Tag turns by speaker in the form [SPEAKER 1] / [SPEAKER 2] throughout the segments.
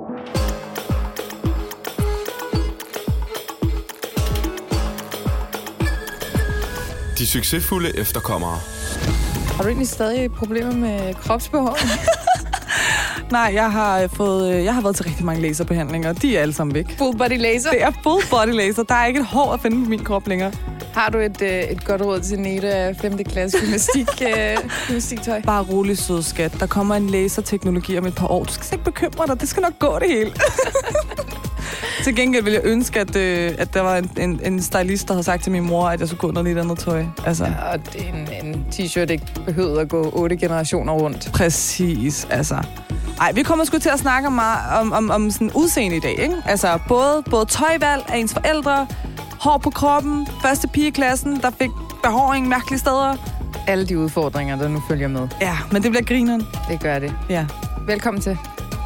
[SPEAKER 1] De succesfulde efterkommere.
[SPEAKER 2] Har du egentlig stadig problemer med kropsbehov?
[SPEAKER 3] Nej, jeg har været til rigtig mange laserbehandlinger, og de er alle sammen væk.
[SPEAKER 2] Full body laser?
[SPEAKER 3] Det er full body laser. Der er ikke et hår at finde på min krop længere.
[SPEAKER 2] Har du et godt råd til Nete af 5. klasse gymnastiktøj?
[SPEAKER 3] Bare rolig, sød skat. Der kommer en laserteknologi om et par år. Du skal ikke bekymre dig. Det skal nok gå det hele. Til gengæld vil jeg ønske, at der var en stylist, der havde sagt til min mor, at jeg skulle gå noget lidt andet tøj. Altså.
[SPEAKER 2] Ja, og det er en t-shirt ikke behøvede at gå 8 generationer rundt.
[SPEAKER 3] Præcis, altså. Ej, vi kommer sgu til at snakke om sådan udseende i dag, ikke? Altså, både tøjvalg af ens forældre, hår på kroppen, første pige i klassen, der fik behåring mærkelige steder.
[SPEAKER 2] Alle de udfordringer, der nu følger med.
[SPEAKER 3] Ja, men det bliver grineren.
[SPEAKER 2] Det gør det.
[SPEAKER 3] Ja.
[SPEAKER 2] Velkommen til.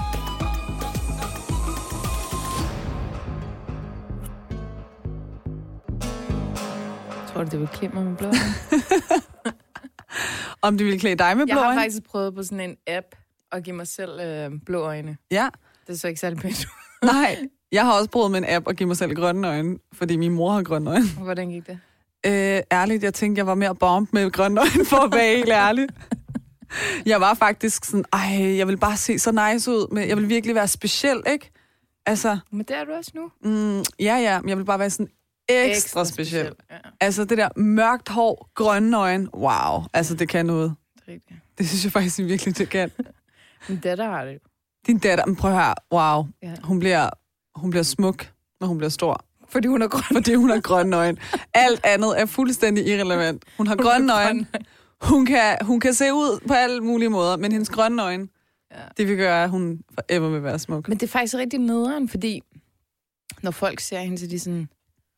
[SPEAKER 2] Tror du, det vil klæde mig med blå øjne?
[SPEAKER 3] Om det ville klæde dig med blå øjne?
[SPEAKER 2] Jeg har faktisk prøvet på sådan en app at give mig selv blå øjne.
[SPEAKER 3] Ja.
[SPEAKER 2] Det er så ikke særlig pænt.
[SPEAKER 3] Nej, jeg har også prøvet med en app at give mig selv grønne øjne, fordi min mor har grønne øjne.
[SPEAKER 2] Hvordan gik det?
[SPEAKER 3] Ærligt, jeg tænkte, jeg var mere bomb med grønne øjne, for at være helt ærlig. Jeg var faktisk sådan, jeg vil bare se så nice ud, men jeg vil virkelig være speciel, ikke? Altså.
[SPEAKER 2] Men det er du også nu.
[SPEAKER 3] Ja, men jeg vil bare være sådan ekstra speciel. Ja. Altså det der mørkt hår, grønne øjne, wow, altså det kan noget. Det synes jeg faktisk virkelig, det kan.
[SPEAKER 2] Min datter har det.
[SPEAKER 3] Din datter, men prøv her, wow, ja. Hun bliver smuk, når hun bliver stor.
[SPEAKER 2] Fordi hun har
[SPEAKER 3] grønne øjne. Alt andet er fuldstændig irrelevant. Hun har grønne øjne. Hun kan se ud på alle mulige måder, men hendes grønne øjne, det vil gøre, at hun forever vil være smuk.
[SPEAKER 2] Men det er faktisk rigtig nederen, fordi når folk ser hende, så de sådan,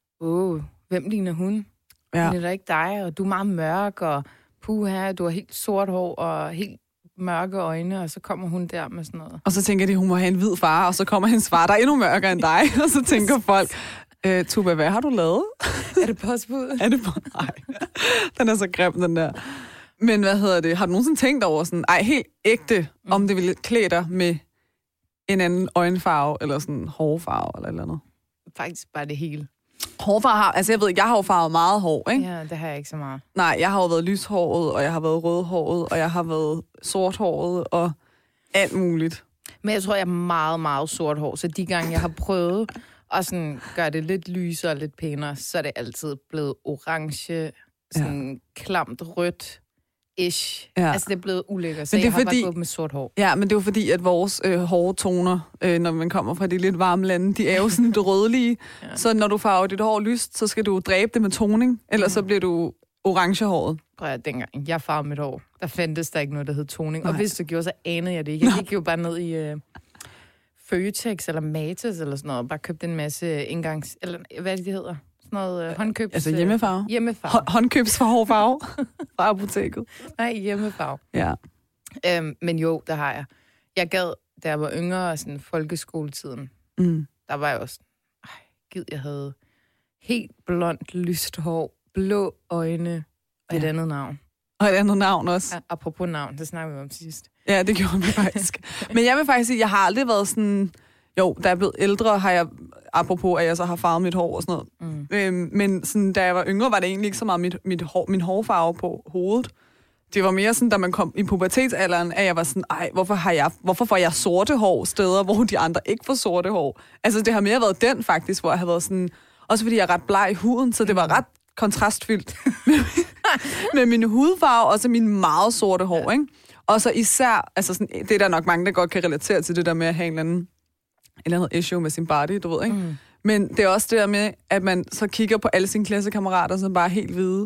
[SPEAKER 2] hvem ligner hun? Ja. Hun er da ikke dig, og du er meget mørk, og puha, du har helt sort hår og helt mørke øjne, og så kommer hun der med sådan noget.
[SPEAKER 3] Og så tænker de, hun må have en hvid far, og så kommer hendes far, der er endnu mørkere end dig, og så tænker folk, Tuba, hvad har du lavet?
[SPEAKER 2] Er det postbud?
[SPEAKER 3] Nej, den er så grim, den der. Men har du nogensinde tænkt over sådan, helt ægte, om det ville klæde dig med en anden øjenfarve, eller sådan hårfarve, eller et eller andet?
[SPEAKER 2] Faktisk bare det hele.
[SPEAKER 3] Hårfarve altså jeg ved, jeg har jo farvet meget hår, ikke?
[SPEAKER 2] Ja, det har jeg ikke så meget.
[SPEAKER 3] Nej, jeg har jo været lyshåret, og jeg har været rødhåret, og jeg har været sorthåret, og alt muligt.
[SPEAKER 2] Men jeg tror, jeg er meget, meget sort hår, så de gange, jeg har prøvet at sådan gøre det lidt lysere og lidt pænere, så er det altid blevet orange, sådan klamt rødt. Ish. Ja. Altså, det er blevet ulækkert, så jeg har bare gået med sort hår.
[SPEAKER 3] Ja, men det er jo fordi, at vores hårtoner, når man kommer fra de lidt varme lande, de er jo sådan rødlige. Ja. Så når du farver dit hår lyst, så skal du dræbe det med toning, ellers så bliver du orangehåret.
[SPEAKER 2] Prøv at dengang jeg farvede mit hår, der fandtes der ikke noget, der hed toning. Nej. Og hvis du gjorde, så anede jeg det ikke. Jeg gik jo bare ned i Føtex eller Matas eller sådan noget, og bare købte en masse indgangs... Eller hvad det hedder? Noget håndkøbs...
[SPEAKER 3] Altså hjemmefarve?
[SPEAKER 2] Hjemmefarve.
[SPEAKER 3] Håndkøbsfarve fra apoteket.
[SPEAKER 2] Nej, hjemmefarve.
[SPEAKER 3] Ja.
[SPEAKER 2] Men jo, der har jeg. Jeg gad, da jeg var yngre, sådan folkeskoletiden, der var jeg også... Gid, jeg havde helt blondt, lyst hår, blå øjne og et andet navn.
[SPEAKER 3] Og et andet navn også.
[SPEAKER 2] Ja, apropos navn, det snakkede vi om sidst.
[SPEAKER 3] Ja, det gjorde vi faktisk. Men jeg vil faktisk sige, jeg har aldrig været sådan... Jo, da jeg er blevet ældre, har jeg, apropos at jeg så har farvet mit hår og sådan noget. Men sådan, da jeg var yngre, var det egentlig ikke så meget min hårfarve på hovedet. Det var mere sådan, da man kom i pubertetsalderen, at jeg var sådan, hvorfor får jeg sorte hår steder, hvor de andre ikke får sorte hår? Altså, det har mere været den faktisk, hvor jeg har været sådan, også fordi jeg er ret bleg i huden, så det var ret kontrastfyldt med min hudfarve, og så min meget sorte hår, ikke? Og så især, altså sådan, det er der nok mange, der godt kan relatere til det der med at have en eller andet issue med sin body, du ved, ikke? Men det er også det der med, at man så kigger på alle sine klassekammerater, som bare er helt hvide.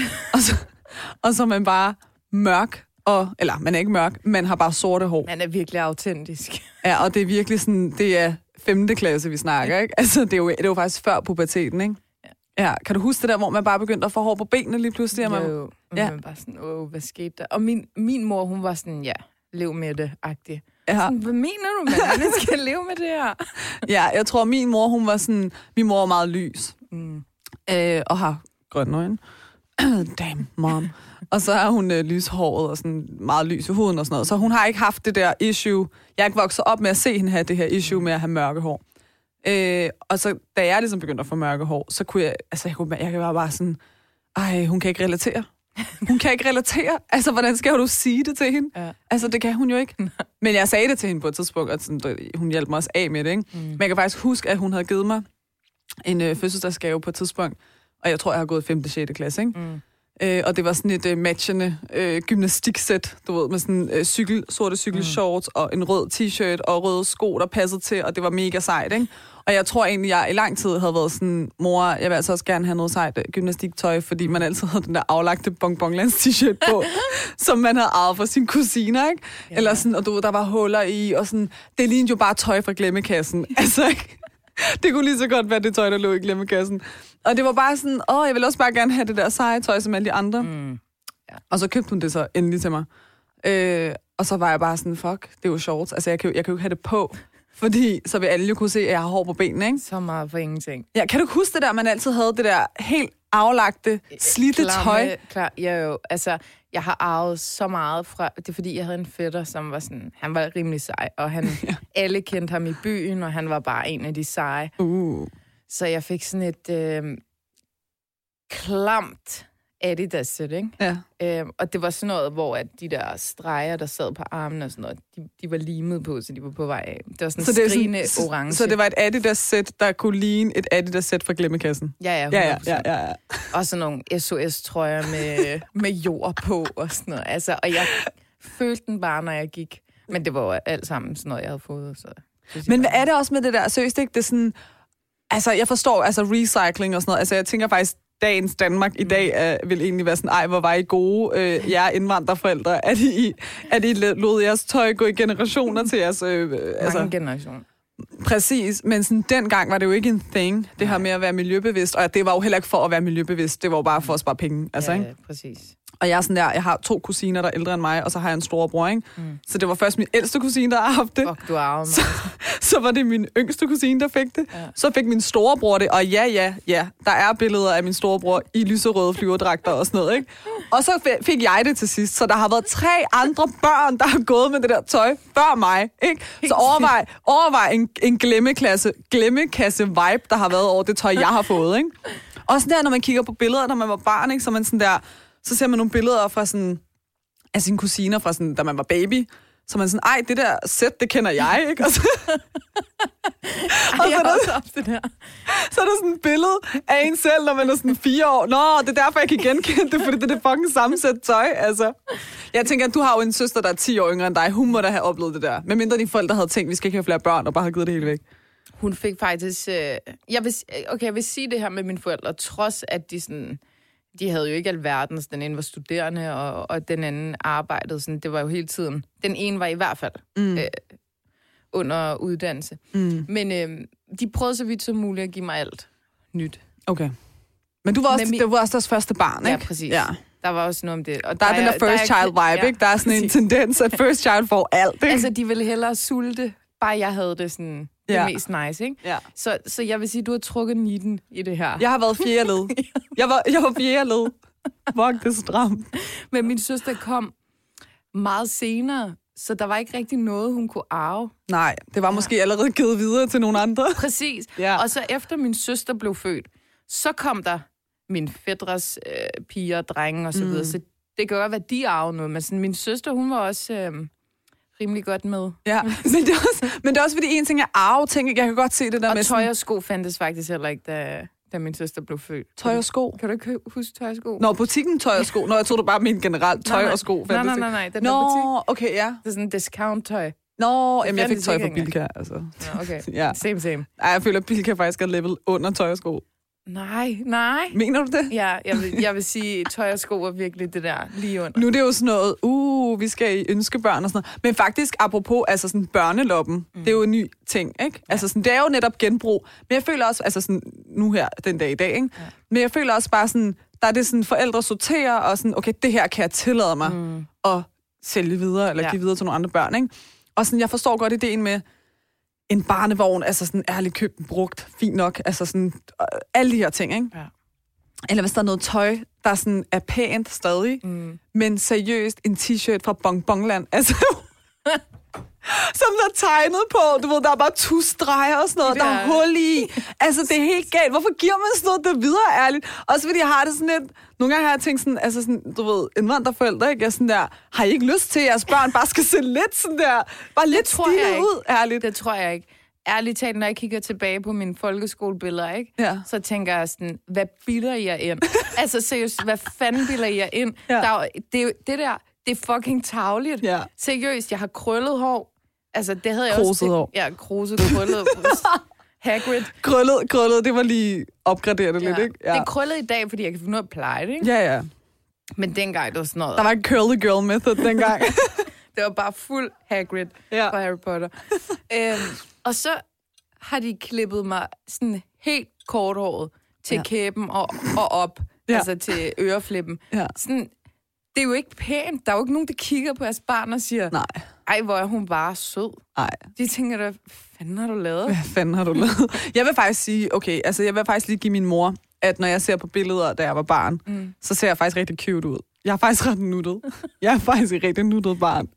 [SPEAKER 3] og så er man bare mørk, eller man er ikke mørk, man har bare sorte hår.
[SPEAKER 2] Man er virkelig autentisk.
[SPEAKER 3] Ja, og det er virkelig sådan, det er 5. klasse, vi snakker, ikke? Altså, det er jo faktisk før puberteten, ikke? Ja, kan du huske det der, hvor man bare begyndte at få hår på benene lige pludselig?
[SPEAKER 2] Jo, man bare sådan, hvad skete der? Og min mor, hun var sådan, lev med det-agtig. Ja. Sådan, hvad mener du, man skal leve med det her?
[SPEAKER 3] Ja, jeg tror, min mor, hun var sådan, min mor er meget lys. Og har grønne øjne. Damn, mom. Og så er hun lyshåret og sådan meget lys i huden og sådan noget. Så hun har ikke haft det der issue. Jeg er ikke vokset op med at se hende have det her issue med at have mørke hår. Og så da jeg ligesom begyndte at få mørke hår, så kunne jeg, altså jeg kan bare sådan, hun kan ikke relatere. Hun kan ikke relatere. Altså, hvordan skal du sige det til hende? Ja. Altså, det kan hun jo ikke. Men jeg sagde det til hende på et tidspunkt, og sådan, hun hjalp mig også af med det, ikke? Men jeg kan faktisk huske, at hun havde givet mig en fødselsdagsgave på et tidspunkt, og jeg tror, jeg har gået 5. og 6. klasse, ikke? Og det var sådan et matchende gymnastiksæt, du ved, med sådan sorte cykelshorts og en rød t-shirt og røde sko, der passede til, og det var mega sejt, ikke? Og jeg tror egentlig, jeg i lang tid havde været sådan, mor, jeg vil altså også gerne have noget sejt gymnastiktøj, fordi man altid havde den der aflagte bonbonlands t-shirt på, som man havde arvet fra sine kusiner, ikke? Ja. Eller sådan, og du ved, der var huller i, og sådan, det lignede jo bare tøj fra glemmekassen. Altså, ikke? Det kunne lige så godt være det tøj, der lå i glemmekassen. Og det var bare sådan, jeg vil også bare gerne have det der seje tøj, som alle de andre. Ja. Og så købte hun det så endelig til mig. Og så var jeg bare sådan, fuck, det er jo shorts. Altså, jeg kan jo ikke have det på. Fordi så vil alle jo kunne se, at jeg har hår på benene, ikke?
[SPEAKER 2] Så meget for ingenting.
[SPEAKER 3] Ja, kan du huske det der, man altid havde det der helt aflagte, slidte tøj?
[SPEAKER 2] Klar, jo. Altså, jeg har arvet så meget fra... Det er fordi, jeg havde en fætter, som var sådan... Han var rimelig sej, og alle kendte ham i byen, og han var bare en af de seje. Så jeg fik sådan et klamt Adidas-sæt, ikke? Ja. Og det var sådan noget, hvor at de der streger, der sad på armen og sådan noget, de var limet på, så de var på vej af. Det var sådan en skrigende orange.
[SPEAKER 3] Så det var et Adidas-sæt, der kunne ligne et Adidas-sæt fra glemmekassen?
[SPEAKER 2] Ja. Og sådan nogle SOS-trøjer med jord på og sådan noget. Altså, og jeg følte den bare, når jeg gik. Men det var jo alt sammen sådan noget, jeg havde fået. Så
[SPEAKER 3] men hvad er det også med det der? Seriøst, ikke? Det er sådan... Altså, jeg forstår, altså recycling og sådan noget. Altså, jeg tænker faktisk, dagens Danmark i dag vil egentlig være sådan, hvor var I gode, jer indvandrerforældre. Er de lod jeres tøj gå i generationer til jeres...
[SPEAKER 2] Mange generationer.
[SPEAKER 3] Præcis, men sådan, dengang var det jo ikke en thing, det her med at være miljøbevidst. Og det var jo heller ikke for at være miljøbevidst, det var jo bare for at spare penge. Altså,
[SPEAKER 2] ja,
[SPEAKER 3] ikke?
[SPEAKER 2] Præcis.
[SPEAKER 3] Og jeg er sådan der, jeg har 2 kusiner, der er ældre end mig, og så har jeg en storebror, ikke? Så det var først min ældste kusine, der har haft det.
[SPEAKER 2] Fuck, du er
[SPEAKER 3] så var det min yngste kusine, der fik det. Ja. Så fik min storebror det, og ja, der er billeder af min storebror i lyserøde flyverdragter og sådan noget, ikke? Og så fik jeg det til sidst, så der har været 3 andre børn, der har gået med det der tøj før mig, ikke? Så overvej en glemmekasse-vibe, der har været over det tøj, jeg har fået, ikke? Også der, når man kigger på billeder, når man var barn, ikke? Så man sådan der... Så ser man nogle billeder fra sådan, af sine kusiner fra sådan, da man var baby. Så man sådan, det der sæt, det kender jeg, ikke? Og så, så er der sådan et billede af en selv, når man er sådan 4 år. Nå, det er derfor, jeg kan genkende det, fordi det er det fucking samme sæt tøj, altså. Jeg tænker, at du har jo en søster, der er 10 år yngre end dig. Hun må da have oplevet det der. Medmindre dine forældre havde tænkt, vi skal ikke have flere børn, og bare have givet det hele væk.
[SPEAKER 2] Hun fik faktisk... Jeg vil sige det her med mine forældre, trods at de sådan... De havde jo ikke alverdens. Den ene var studerende, og den anden arbejdede. Sådan, det var jo hele tiden. Den ene var i hvert fald under uddannelse. Men de prøvede så vidt som muligt at give mig alt nyt.
[SPEAKER 3] Okay. Men du var også, det var også deres første barn, ikke?
[SPEAKER 2] Ja, præcis. Ja. Der var også noget om det. Og
[SPEAKER 3] der er den der first child vibe, ikke? Der er sådan en tendens, at first child får alt, ikke?
[SPEAKER 2] Altså, de ville hellere sulte. Bare jeg havde det sådan... Det mest nice, ikke? Ja. Så jeg vil sige, du har trukket nitten i det her.
[SPEAKER 3] Jeg har været 4. led. Jeg var 4. led. Fuck, det er stramt.
[SPEAKER 2] Men min søster kom meget senere, så der var ikke rigtig noget, hun kunne arve.
[SPEAKER 3] Nej, det var måske allerede givet videre til nogle andre.
[SPEAKER 2] Præcis. Ja. Og så efter min søster blev født, så kom der min fædres piger og drenge og så videre. Så det gør, hvad de arvede noget. Men sådan, min søster, hun var også... rimelig godt med. Ja, men
[SPEAKER 3] det er også fordi en ting er arve, ting. Jeg kan godt se det der
[SPEAKER 2] og
[SPEAKER 3] med...
[SPEAKER 2] Og tøj og sko fandtes faktisk heller ikke, da min søster blev født.
[SPEAKER 3] Tøj og sko?
[SPEAKER 2] Kan du ikke huske tøj og sko?
[SPEAKER 3] Nå, butikken tøj og sko. Nå, jeg tror du bare mente generelt tøj og sko.
[SPEAKER 2] Nej, den der butik.
[SPEAKER 3] Okay, ja.
[SPEAKER 2] Det er sådan en discount-tøj.
[SPEAKER 3] Nå, jamen jeg fik tøj fra Bilka, altså.
[SPEAKER 2] Ja, okay. Ja. Same.
[SPEAKER 3] Ej, jeg føler, at Bilka faktisk er level under tøj og sko.
[SPEAKER 2] Nej.
[SPEAKER 3] Mener du det?
[SPEAKER 2] Ja, jeg vil sige, tøj og sko er virkelig det der lige under.
[SPEAKER 3] Nu er det jo sådan noget, vi skal i ønskebørn og sådan noget. Men faktisk, apropos, altså sådan børneloppen, det er jo en ny ting, ikke? Ja. Altså sådan, det er jo netop genbrug. Men jeg føler også, altså sådan, nu her, den dag i dag, ikke? Ja. Men jeg føler også bare sådan, der er det sådan, forældre sorterer, og sådan, okay, det her kan jeg tillade mig at sælge videre, eller give videre til nogle andre børn, ikke? Og sådan, jeg forstår godt ideen med, en barnevogn, altså sådan ærligt købt, brugt, fint nok, altså sådan alle de her ting, ikke? Ja. eller hvis der er noget tøj, der sådan er pænt stadig, men seriøst en t-shirt fra Bonbonland, altså, som der er tegnet på, du ved, der er bare tusstreger og sådan noget, der er hul i. Altså, det er helt galt. Hvorfor giver man sådan noget der videre, ærligt? Også fordi jeg har det sådan lidt, nogle gange har jeg tænkt sådan, altså sådan, du ved, indvandrerforældre, ikke? Jeg sådan der, har I ikke lyst til, at jeres børn bare skal se lidt sådan der, bare lidt stilet ud, ærligt?
[SPEAKER 2] Det tror jeg ikke. Ærligt talt, når jeg kigger tilbage på mine folkeskolebilleder, ikke?
[SPEAKER 3] Ja.
[SPEAKER 2] Så tænker jeg sådan, hvad bilder I jer ind? Altså seriøst, hvad fanden bilder I jer ind?
[SPEAKER 3] Ja.
[SPEAKER 2] Det er fucking tarveligt.
[SPEAKER 3] Ja.
[SPEAKER 2] Seriøst, jeg har krøllet hår. Altså, det havde jeg
[SPEAKER 3] Kruset
[SPEAKER 2] også...
[SPEAKER 3] hår.
[SPEAKER 2] Ja, krøllet. Hagrid.
[SPEAKER 3] Krøllet, det var lige opgraderet lidt, ikke?
[SPEAKER 2] Ja. Det er krøllet i dag, fordi jeg kan finde ud af at pleje det, ikke?
[SPEAKER 3] Ja.
[SPEAKER 2] Men dengang, det var sådan noget...
[SPEAKER 3] Der var en curly girl method dengang.
[SPEAKER 2] Det var bare fuld Hagrid fra Harry Potter. Og så har de klippet mig sådan helt korthåret til kæben og op, altså til øreflippen. Ja. Sådan, det er jo ikke pænt. Der er jo ikke nogen, der kigger på jeres barn og siger, nej, ej, hvor er hun bare sød.
[SPEAKER 3] Nej.
[SPEAKER 2] De tænker da, hvad fanden har du lavet?
[SPEAKER 3] Hvad fanden har du lavet? Jeg vil faktisk sige, okay, altså jeg vil faktisk lige give min mor, at når jeg ser på billeder, da jeg var barn, så ser jeg faktisk rigtig cute ud. Jeg er faktisk ret nuttet. Jeg er faktisk et rigtig nuttet barn.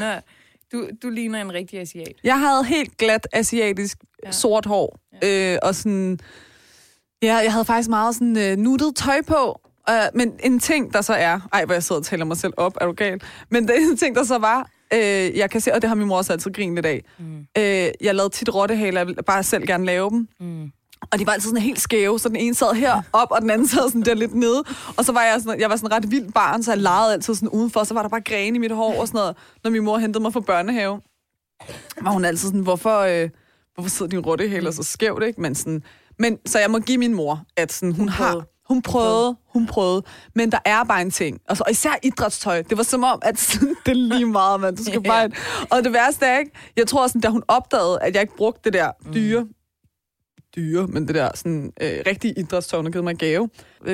[SPEAKER 2] Du ligner en rigtig asiat.
[SPEAKER 3] Jeg havde helt glat asiatisk sort hår. Ja. Og sådan... Ja, jeg havde faktisk meget sådan nuttet tøj på. Men en ting, der så er... Ej, hvor jeg sidder og taler mig selv op, er du gal? Men det en ting, der så var... jeg kan se, og det har min mor også altid grinet lidt af. Jeg lavede tit rottehaler, jeg ville bare selv gerne lave dem. Og de var altid sådan helt skæve, så den ene sad her op, og den anden sad sådan der lidt nede. Og så var jeg var sådan ret vild barn, så jeg legede altid sådan udenfor. Så var der bare grene i mit hår og sådan noget. Når min mor hentede mig fra børnehave, var hun altid sådan, hvorfor sidder din rottehaler så skævt, ikke? Men så jeg må give min mor, at sådan, hun prøvede, men der er bare en ting. Og især idrætstøj. Det var som om, at sådan, det er lige meget, man. Du skal bare... Og det værste er, ikke? Jeg tror sådan, da hun opdagede, at jeg ikke brugte det der dyre, men det der sådan rigtige idrætstøj, hun har givet mig en gave.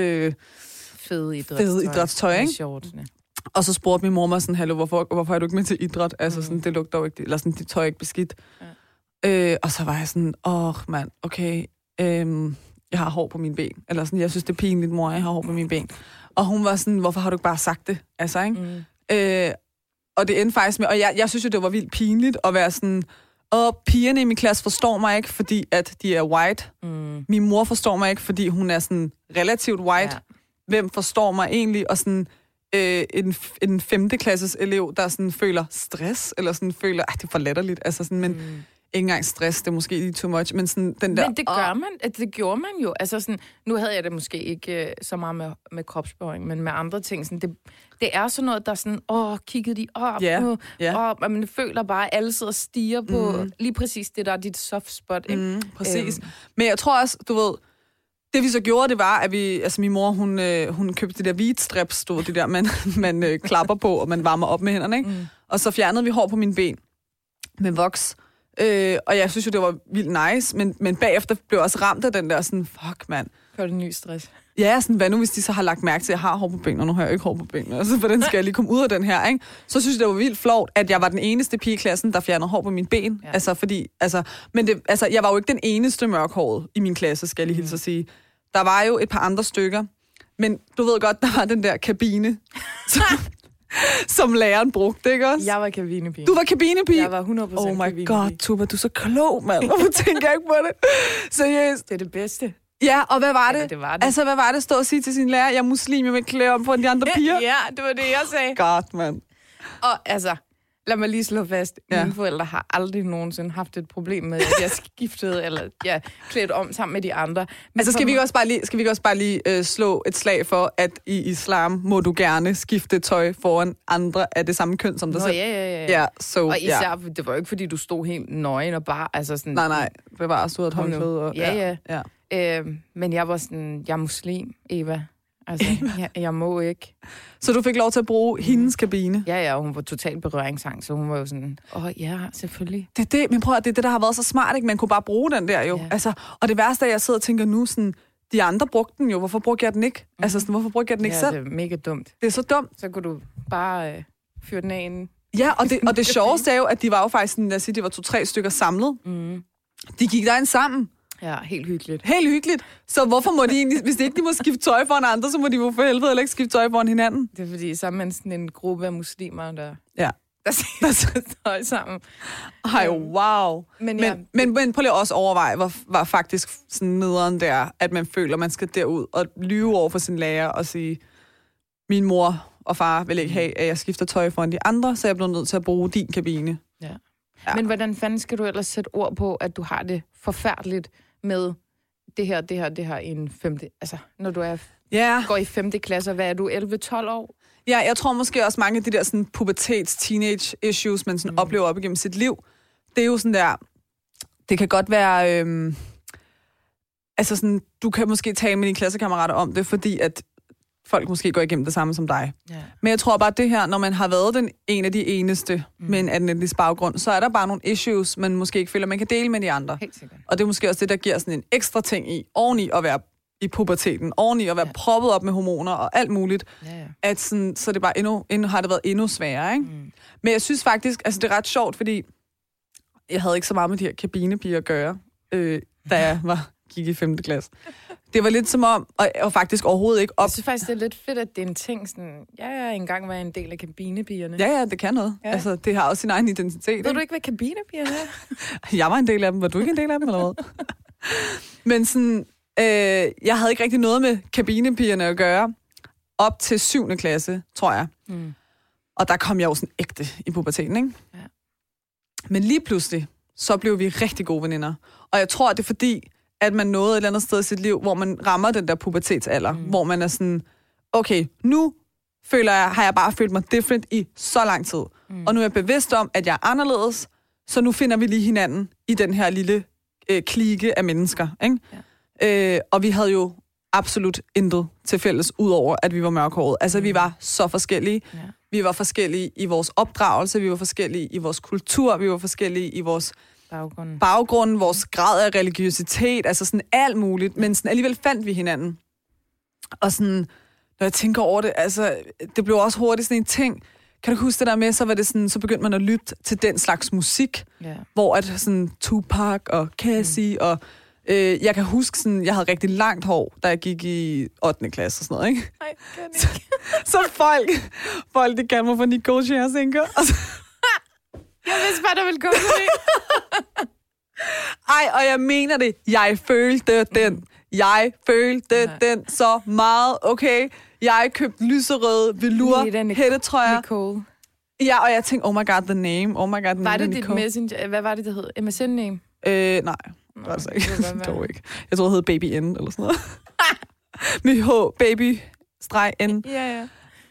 [SPEAKER 2] Fede idrætstøj,
[SPEAKER 3] ikke?
[SPEAKER 2] Sjovt, ja.
[SPEAKER 3] Og så spurgte min mor mig sådan, hallo, hvorfor er du ikke med til idræt? Altså sådan, det lugter jo ikke, eller sådan, dit tøj er ikke beskidt. Ja. Og så var jeg sådan, mand, okay, jeg har hår på mine ben. Eller sådan, jeg synes, det er pinligt, mor, jeg har hår på mine ben. Og hun var sådan, hvorfor har du ikke bare sagt det? Altså, ikke? Og det endte faktisk med, og jeg synes jo, det var vildt pinligt at være sådan, og pigerne i min klasse forstår mig ikke, fordi at de er white. Min mor forstår mig ikke, fordi hun er sådan relativt white. Ja. Hvem forstår mig egentlig? Og sådan en 5. klasses elev, der sådan føler stress, eller sådan føler, det er for latterligt, altså sådan, men ikke engang stress, det er måske lige too much, men sådan den der...
[SPEAKER 2] Men det gør man, det gjorde man jo. Altså sådan, nu havde jeg det måske ikke så meget med kropsbehøring, men med andre ting. Sådan, det er sådan noget, der sådan, kiggede de op, og man føler bare, at alle sidder og stiger på lige præcis det, der er dit soft spot. Ikke?
[SPEAKER 3] Præcis. Men jeg tror også, du ved, det vi så gjorde, det var, at min mor, hun købte det der hvide strips, du ved, det der, man klapper på, og man varmer op med hænderne, ikke? Og så fjernede vi hår på mine ben med voks. Og jeg synes jo, det var vildt nice, men bagefter blev jeg også ramt af den der sådan, fuck, mand.
[SPEAKER 2] Gør det ny stress?
[SPEAKER 3] Ja, sådan, hvad nu, hvis de så har lagt mærke til, at jeg har hår på benene, og nu har jeg ikke hår på benene. Altså, hvordan skal jeg lige komme ud af den her, ikke? Så synes jeg, det var vildt flovt, at jeg var den eneste pige i klassen, der fjernede hår på mine ben. Ja. Altså, fordi, jeg var jo ikke den eneste mørkhåret i min klasse, skal jeg lige hilse at sige. Der var jo et par andre stykker, men du ved godt, der var den der kabine, som læreren brugte, ikke også?
[SPEAKER 2] Jeg var kabinepige.
[SPEAKER 3] Du var kabinepige?
[SPEAKER 2] Jeg var 100% kabinepige.
[SPEAKER 3] Oh my god, Tuba, du er så klog, mand. Hvorfor tænker jeg ikke på det? Seriøst.
[SPEAKER 2] Det er det bedste.
[SPEAKER 3] Ja, og hvad var det?
[SPEAKER 2] Ja, det var det.
[SPEAKER 3] Altså, hvad var det at stå og sige til sin lærer, jeg er muslim, jeg vil ikke klæde om på de andre piger?
[SPEAKER 2] Ja, det var det, jeg sagde.
[SPEAKER 3] God, mand.
[SPEAKER 2] Og altså, lad mig lige slå fast. Mine forældre har aldrig nogensinde haft et problem med, at jeg skiftede, eller jeg klædte om sammen med de andre. Men
[SPEAKER 3] altså, skal vi også bare lige slå et slag for, at i islam må du gerne skifte tøj foran andre af det samme køn som dig selv?
[SPEAKER 2] Ja. Og især, det var jo ikke, fordi du stod helt nøgen og bare... Altså sådan,
[SPEAKER 3] nej. Bevares, du havde et håndklæde. Og,
[SPEAKER 2] ja. Men jeg var sådan, jeg er muslim, Eva. Altså, jeg må ikke.
[SPEAKER 3] Så du fik lov til at bruge hendes kabine?
[SPEAKER 2] Ja, hun var totalt berøringsangst, så hun var jo sådan, ja, selvfølgelig.
[SPEAKER 3] Det er det, men prøv at det er det, der har været så smart, ikke? Man kunne bare bruge den der jo. Ja. Altså, og det værste er, at jeg sidder og tænker nu sådan, de andre brugte den jo, hvorfor brugte jeg den ikke? Altså, sådan, hvorfor brugte jeg den ikke selv?
[SPEAKER 2] Det er mega dumt.
[SPEAKER 3] Det er så dumt.
[SPEAKER 2] Så kunne du bare fyre den af inden.
[SPEAKER 3] Ja, og det sjoveste er jo, at de var jo faktisk sådan, lad os sige, de var 2-3 stykker samlet. De gik derind sammen.
[SPEAKER 2] Ja, helt hyggeligt.
[SPEAKER 3] Helt hyggeligt. Så hvorfor må de egentlig, hvis de ikke må skifte tøj foran andre, så må de jo for helvede heller ikke skifte tøj foran hinanden.
[SPEAKER 2] Det er fordi, så er man sådan en gruppe af muslimer, der
[SPEAKER 3] ser
[SPEAKER 2] tøj sammen.
[SPEAKER 3] Ej, wow. Men prøv lige også overveje, hvor faktisk sådan nederen der, at man føler, man skal derud og lyve over for sin lærer og sige, min mor og far vil ikke have, at jeg skifter tøj foran de andre, så jeg bliver nødt til at bruge din kabine.
[SPEAKER 2] Ja. Men hvordan fanden skal du ellers sætte ord på, at du har det forfærdeligt med det her i en 5. Altså, når du går i 5. klasse, hvad er du, 11-12 år?
[SPEAKER 3] Ja, jeg tror måske også mange af de der sådan pubertets-teenage-issues, man sådan oplever op igennem sit liv, det er jo sådan der, det kan godt være, altså sådan, du kan måske tale med dine klassekammerater om det, fordi at folk måske går igennem det samme som dig. Yeah. Men jeg tror bare, at det her, når man har været en af de eneste med en anden etnisk baggrund, så er der bare nogle issues, man måske ikke føler, man kan dele med de andre.
[SPEAKER 2] Helt sikkert.
[SPEAKER 3] Og det er måske også det, der giver sådan en ekstra ting oveni at være i puberteten, oveni at være proppet op med hormoner og alt muligt, at sådan, så det bare har det været endnu sværere, ikke? Men jeg synes faktisk, altså det er ret sjovt, fordi jeg havde ikke så meget med de her kabinepiger at gøre, da jeg gik i 5. klasse. Det var lidt som om, og faktisk overhovedet ikke op.
[SPEAKER 2] Jeg synes faktisk, det er lidt fedt, at det er en ting, sådan, jeg engang var en del af kabinepigerne.
[SPEAKER 3] Ja, det kan noget. Ja. Altså, det har også sin egen identitet.
[SPEAKER 2] Ved du ikke, hvad kabinepigerne er?
[SPEAKER 3] Jeg var en del af dem. Var du ikke en del af dem, eller hvad? Men sådan, jeg havde ikke rigtig noget med kabinepigerne at gøre op til 7. klasse, tror jeg. Og der kom jeg jo sådan ægte i puberteten, ikke? Ja. Men lige pludselig, så blev vi rigtig gode veninder. Og jeg tror, det er fordi, at man nåede et eller andet sted i sit liv, hvor man rammer den der pubertetsalder, hvor man er sådan, okay, nu har jeg bare følt mig different i så lang tid. Og nu er jeg bevidst om, at jeg er anderledes, så nu finder vi lige hinanden i den her lille klike af mennesker, ikke? Ja. Og vi havde jo absolut intet til fælles, udover at vi var mørkhårede. Altså, vi var så forskellige. Ja. Vi var forskellige i vores opdragelse, vi var forskellige i vores kultur, vi var forskellige i vores baggrunden, vores grad af religiøsitet, altså sådan alt muligt, men sådan alligevel fandt vi hinanden. Og sådan, når jeg tænker over det, altså, det blev også hurtigt sådan en ting. Kan du huske det der med, så var det sådan, så begyndte man at lytte til den slags musik, hvor at sådan Tupac og Cassie og jeg kan huske sådan, jeg havde rigtig langt hår, da jeg gik i 8. klasse og sådan noget, ikke?
[SPEAKER 2] Nej, det ikke.
[SPEAKER 3] Så folk, de kaldte mig for Nicole Scherzinger.
[SPEAKER 2] Jeg vidste bare, der ville komme til det.
[SPEAKER 3] Ej, og jeg mener det. Jeg følte den. Jeg følte den så meget. Okay, jeg købte lyserøde velour hættetrøjer.
[SPEAKER 2] Nicole.
[SPEAKER 3] Ja, og jeg tænkte, oh my god, the name. Oh my god, the name.
[SPEAKER 2] Var det dit messenger? Hvad var det, det hed? MSN-name?
[SPEAKER 3] Nej. Det var altså ikke. Dog ikke. Jeg tror, det hed Baby N eller sådan noget. Med H, baby-N.
[SPEAKER 2] Ja.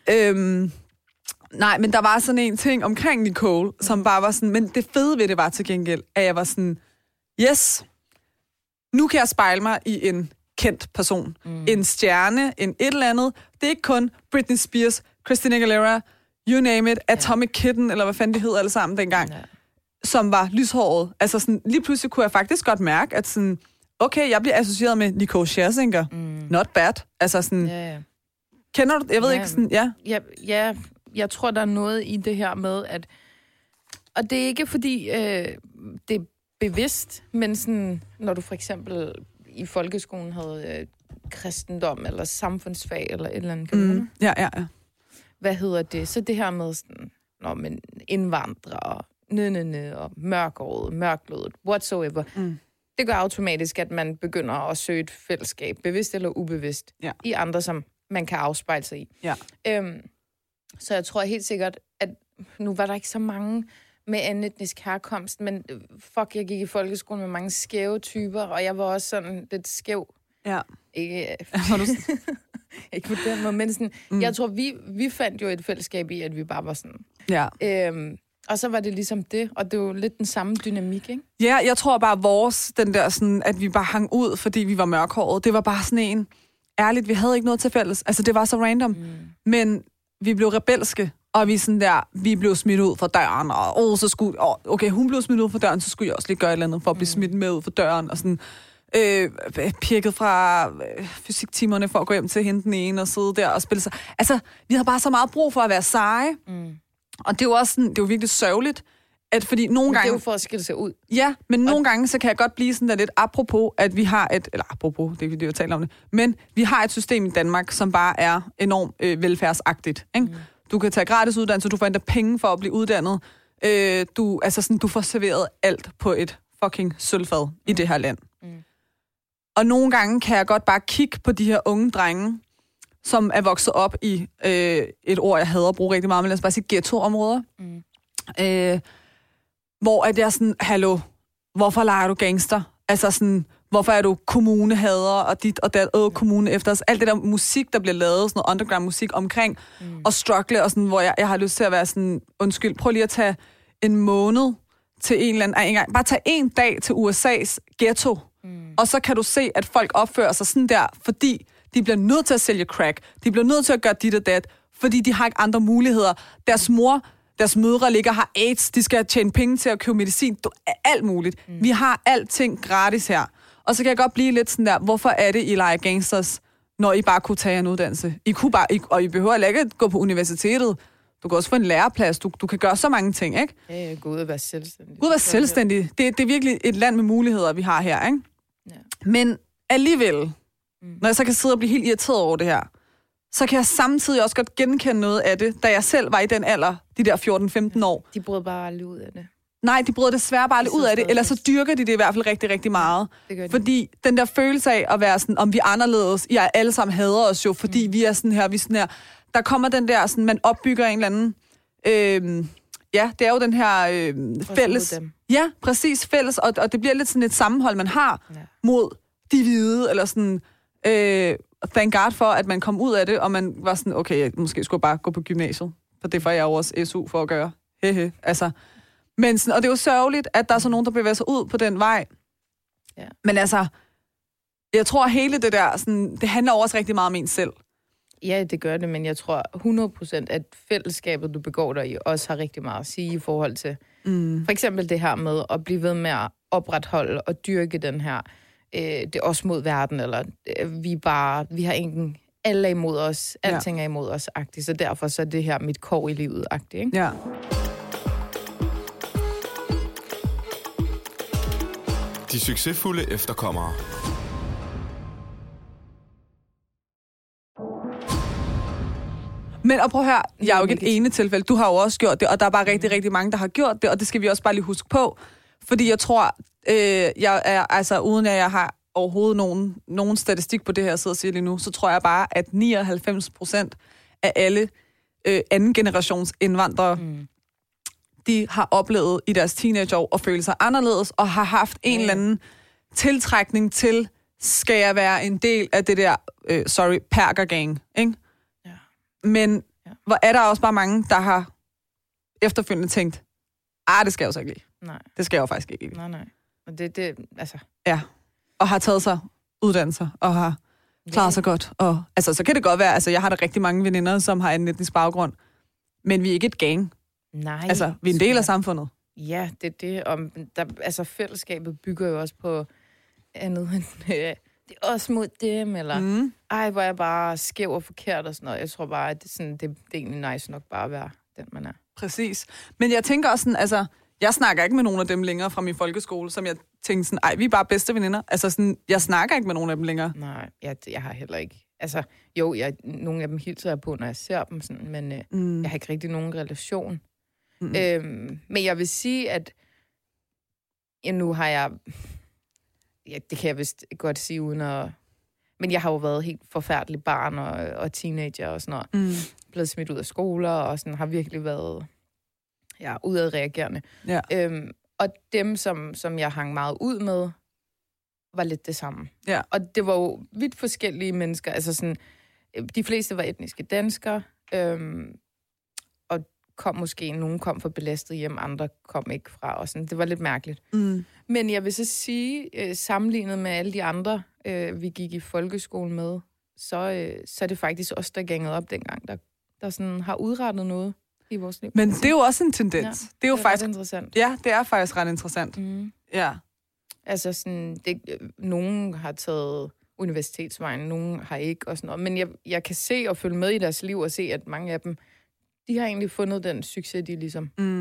[SPEAKER 3] Nej, men der var sådan en ting omkring Nicole, som bare var sådan, men det fede ved det var til gengæld, at jeg var sådan, yes, nu kan jeg spejle mig i en kendt person. En stjerne, en et eller andet. Det er ikke kun Britney Spears, Christina Aguilera, you name it, Atomic Kitten, eller hvad fanden de hed alle sammen dengang, som var lyshåret. Altså sådan, lige pludselig kunne jeg faktisk godt mærke, at sådan, okay, jeg bliver associeret med Nicole Scherzinger. Not bad. Altså sådan, kender du, jeg ved ikke sådan,
[SPEAKER 2] Ja, jeg tror, der er noget i det her med, at, og det er ikke fordi, det er bevidst, men sådan, når du for eksempel i folkeskolen havde kristendom, eller samfundsfag, eller et eller andet.
[SPEAKER 3] Ja.
[SPEAKER 2] Hvad hedder det? Så det her med sådan, men indvandrere, og mørkhåret, mørklødet, whatsoever. Det gør automatisk, at man begynder at søge et fællesskab, bevidst eller ubevidst, i andre, som man kan afspejle sig i.
[SPEAKER 3] Ja.
[SPEAKER 2] Så jeg tror helt sikkert, at nu var der ikke så mange med anden etnisk herkomst, men jeg gik i folkeskolen med mange skæve typer, og jeg var også sådan lidt skæv.
[SPEAKER 3] Ja.
[SPEAKER 2] Ikke på den måde, men sådan, jeg tror, vi fandt jo et fællesskab i, at vi bare var sådan.
[SPEAKER 3] Ja.
[SPEAKER 2] Og så var det ligesom det, og det var lidt den samme dynamik, ikke?
[SPEAKER 3] Ja, jeg tror bare den der sådan, at vi bare hang ud, fordi vi var mørkhårede, det var bare sådan en, ærligt, vi havde ikke noget til fælles. Altså, det var så random. Men vi blev rebelske, og vi blev smidt ud fra døren, og okay, hun blev smidt ud fra døren, så skulle jeg også lige gøre et eller andet for at blive smidt med ud fra døren, og sådan pirket fra fysiktimerne for at gå hjem til hende den ene og sidde der og spille sig. Altså, vi havde bare så meget brug for at være seje. Og det er jo også sådan, det er jo virkelig sørgeligt, at fordi nogle gange...
[SPEAKER 2] Det er jo for at skille sig ud.
[SPEAKER 3] Ja, men nogle gange, så kan jeg godt blive sådan der lidt apropos, at vi har et... Eller apropos, det er ikke, vi taler om det. Men vi har et system i Danmark, som bare er enormt velfærdsagtigt. Ikke? Du kan tage gratis uddannelse, du får endda penge for at blive uddannet. Du får serveret alt på et fucking sølvfad i det her land. Og nogle gange kan jeg godt bare kigge på de her unge drenge, som er vokset op i et ord, jeg hader at bruge rigtig meget, men lad os bare sige ghettoområder. Hvor at jeg sådan, hallo, hvorfor leger du gangster? Altså sådan, hvorfor er du kommunehader og dit og dat, kommune efter os? Alt det der musik, der bliver lavet, sådan noget underground musik omkring, og struggle, og sådan, hvor jeg har lyst til at være sådan, undskyld, prøv lige at tage en måned til en eller anden, bare tage en dag til USA's ghetto, og så kan du se, at folk opfører sig sådan der, fordi de bliver nødt til at sælge crack, de bliver nødt til at gøre dit og dat, fordi de har ikke andre muligheder. Deres mødre ligger har AIDS, de skal tjene penge til at købe medicin, alt muligt. Vi har alting gratis her. Og så kan jeg godt blive lidt sådan der, hvorfor er det, I leger gangsters, når I bare kunne tage en uddannelse? I kunne bare, og I behøver ikke at gå på universitetet. Du kan også få en læreplads, du kan gøre så mange ting, ikke?
[SPEAKER 2] Ja, gå ud og være selvstændig.
[SPEAKER 3] Gå ud og være selvstændig. Det er virkelig et land med muligheder, vi har her, ikke? Ja. Men alligevel, når jeg så kan sidde og blive helt irriteret over det her, så kan jeg samtidig også godt genkende noget af det, da jeg selv var i den alder, de der 14-15 år.
[SPEAKER 2] De brød bare aldrig ud af det.
[SPEAKER 3] Nej, de brød desværre bare aldrig ud af det, eller så dyrker de det i hvert fald rigtig, rigtig meget. Fordi den der følelse af at være sådan, om vi er anderledes, I er alle sammen hader os jo, fordi vi er sådan her, der kommer den der, sådan, man opbygger en eller anden, det er jo den her fælles... Ja, præcis, fælles, og det bliver lidt sådan et sammenhold, man har mod de hvide, eller sådan... thank God for, at man kom ud af det, og man var sådan, okay, måske skulle jeg bare gå på gymnasiet, for det får jeg jo også SU for at gøre. Altså, men sådan, og det er jo sørgeligt, at der er så nogen, der bevæger sig ud på den vej. Ja. Men altså, jeg tror, hele det der, sådan, det handler også rigtig meget om en selv.
[SPEAKER 2] Ja, det gør det, men jeg tror 100%, at fællesskabet, du begår dig i, også har rigtig meget at sige i forhold til for eksempel det her med at blive ved med at opretholde og dyrke den her det er også mod verden, eller vi har ingen, alle er imod os, alting er imod os-agtigt, så derfor så er det her mit kår i livet-agtigt, ikke?
[SPEAKER 3] Ja.
[SPEAKER 1] De succesfulde efterkommere.
[SPEAKER 3] Men og prøv her, jeg er jo ikke et ene tilfælde, du har jo også gjort det, og der er bare rigtig, rigtig mange, der har gjort det, og det skal vi også bare lige huske på, fordi jeg tror, jeg er, altså uden at jeg har overhovedet nogen statistik på det her, jeg sidder og siger lige nu, så tror jeg bare, at 99% af alle anden generations indvandrere, de har oplevet i deres teenageår at føle sig anderledes, og har haft en eller anden tiltrækning til, skal jeg være en del af det der, perkergang, ikke? Ja. Men hvor er der også bare mange, der har efterfølgende tænkt, det skal jeg jo så ikke lide.
[SPEAKER 2] Nej.
[SPEAKER 3] Det skal jeg jo faktisk ikke lide.
[SPEAKER 2] Nej. Og det, altså...
[SPEAKER 3] Ja, og har taget sig uddannelser, og har klaret sig godt. Og, altså, så kan det godt være, altså, jeg har da rigtig mange veninder, som har en etnisk baggrund, men vi er ikke et gang.
[SPEAKER 2] Nej.
[SPEAKER 3] Altså, vi er en del af samfundet.
[SPEAKER 2] Ja, det er det. Og altså, fællesskabet bygger jo også på andet end, det er også mod dem, eller hvor er jeg bare skæv og forkert og sådan noget. Jeg tror bare, at det er egentlig nice nok bare at være den, man er.
[SPEAKER 3] Præcis. Men jeg tænker også sådan, altså, jeg snakker ikke med nogen af dem længere fra min folkeskole, som jeg tænkte sådan, vi er bare bedste veninder. Altså sådan, jeg snakker ikke med nogen af dem længere.
[SPEAKER 2] Nej, jeg har heller ikke. Altså, jo, nogle af dem hilser jeg på, når jeg ser dem, sådan, men jeg har ikke rigtig nogen relation. Men jeg vil sige, at nu har jeg... Ja, det kan jeg vist godt sige uden at... Men jeg har jo været helt forfærdelig barn og teenager og sådan noget. Blevet smidt ud af skoler og sådan, har virkelig været udadreagerende. Ja. Og dem, som jeg hang meget ud med, var lidt det samme. Ja. Og det var jo vidt forskellige mennesker. Altså sådan, de fleste var etniske danskere, og nogen kom fra belastet hjem, andre kom ikke fra. Og sådan. Det var lidt mærkeligt. Men jeg vil så sige, sammenlignet med alle de andre, vi gik i folkeskolen med, så er det faktisk os, der gængede op dengang, der sådan har udrettet noget i vores liv.
[SPEAKER 3] Men det er jo også en tendens.
[SPEAKER 2] Ja,
[SPEAKER 3] det er jo faktisk
[SPEAKER 2] ret interessant.
[SPEAKER 3] Ja, det er faktisk ret interessant. Ja.
[SPEAKER 2] Altså sådan, nogen har taget universitetsvejen, nogen har ikke og sådan noget. Men jeg kan se og følge med i deres liv og se, at mange af dem, de har egentlig fundet den succes, de ligesom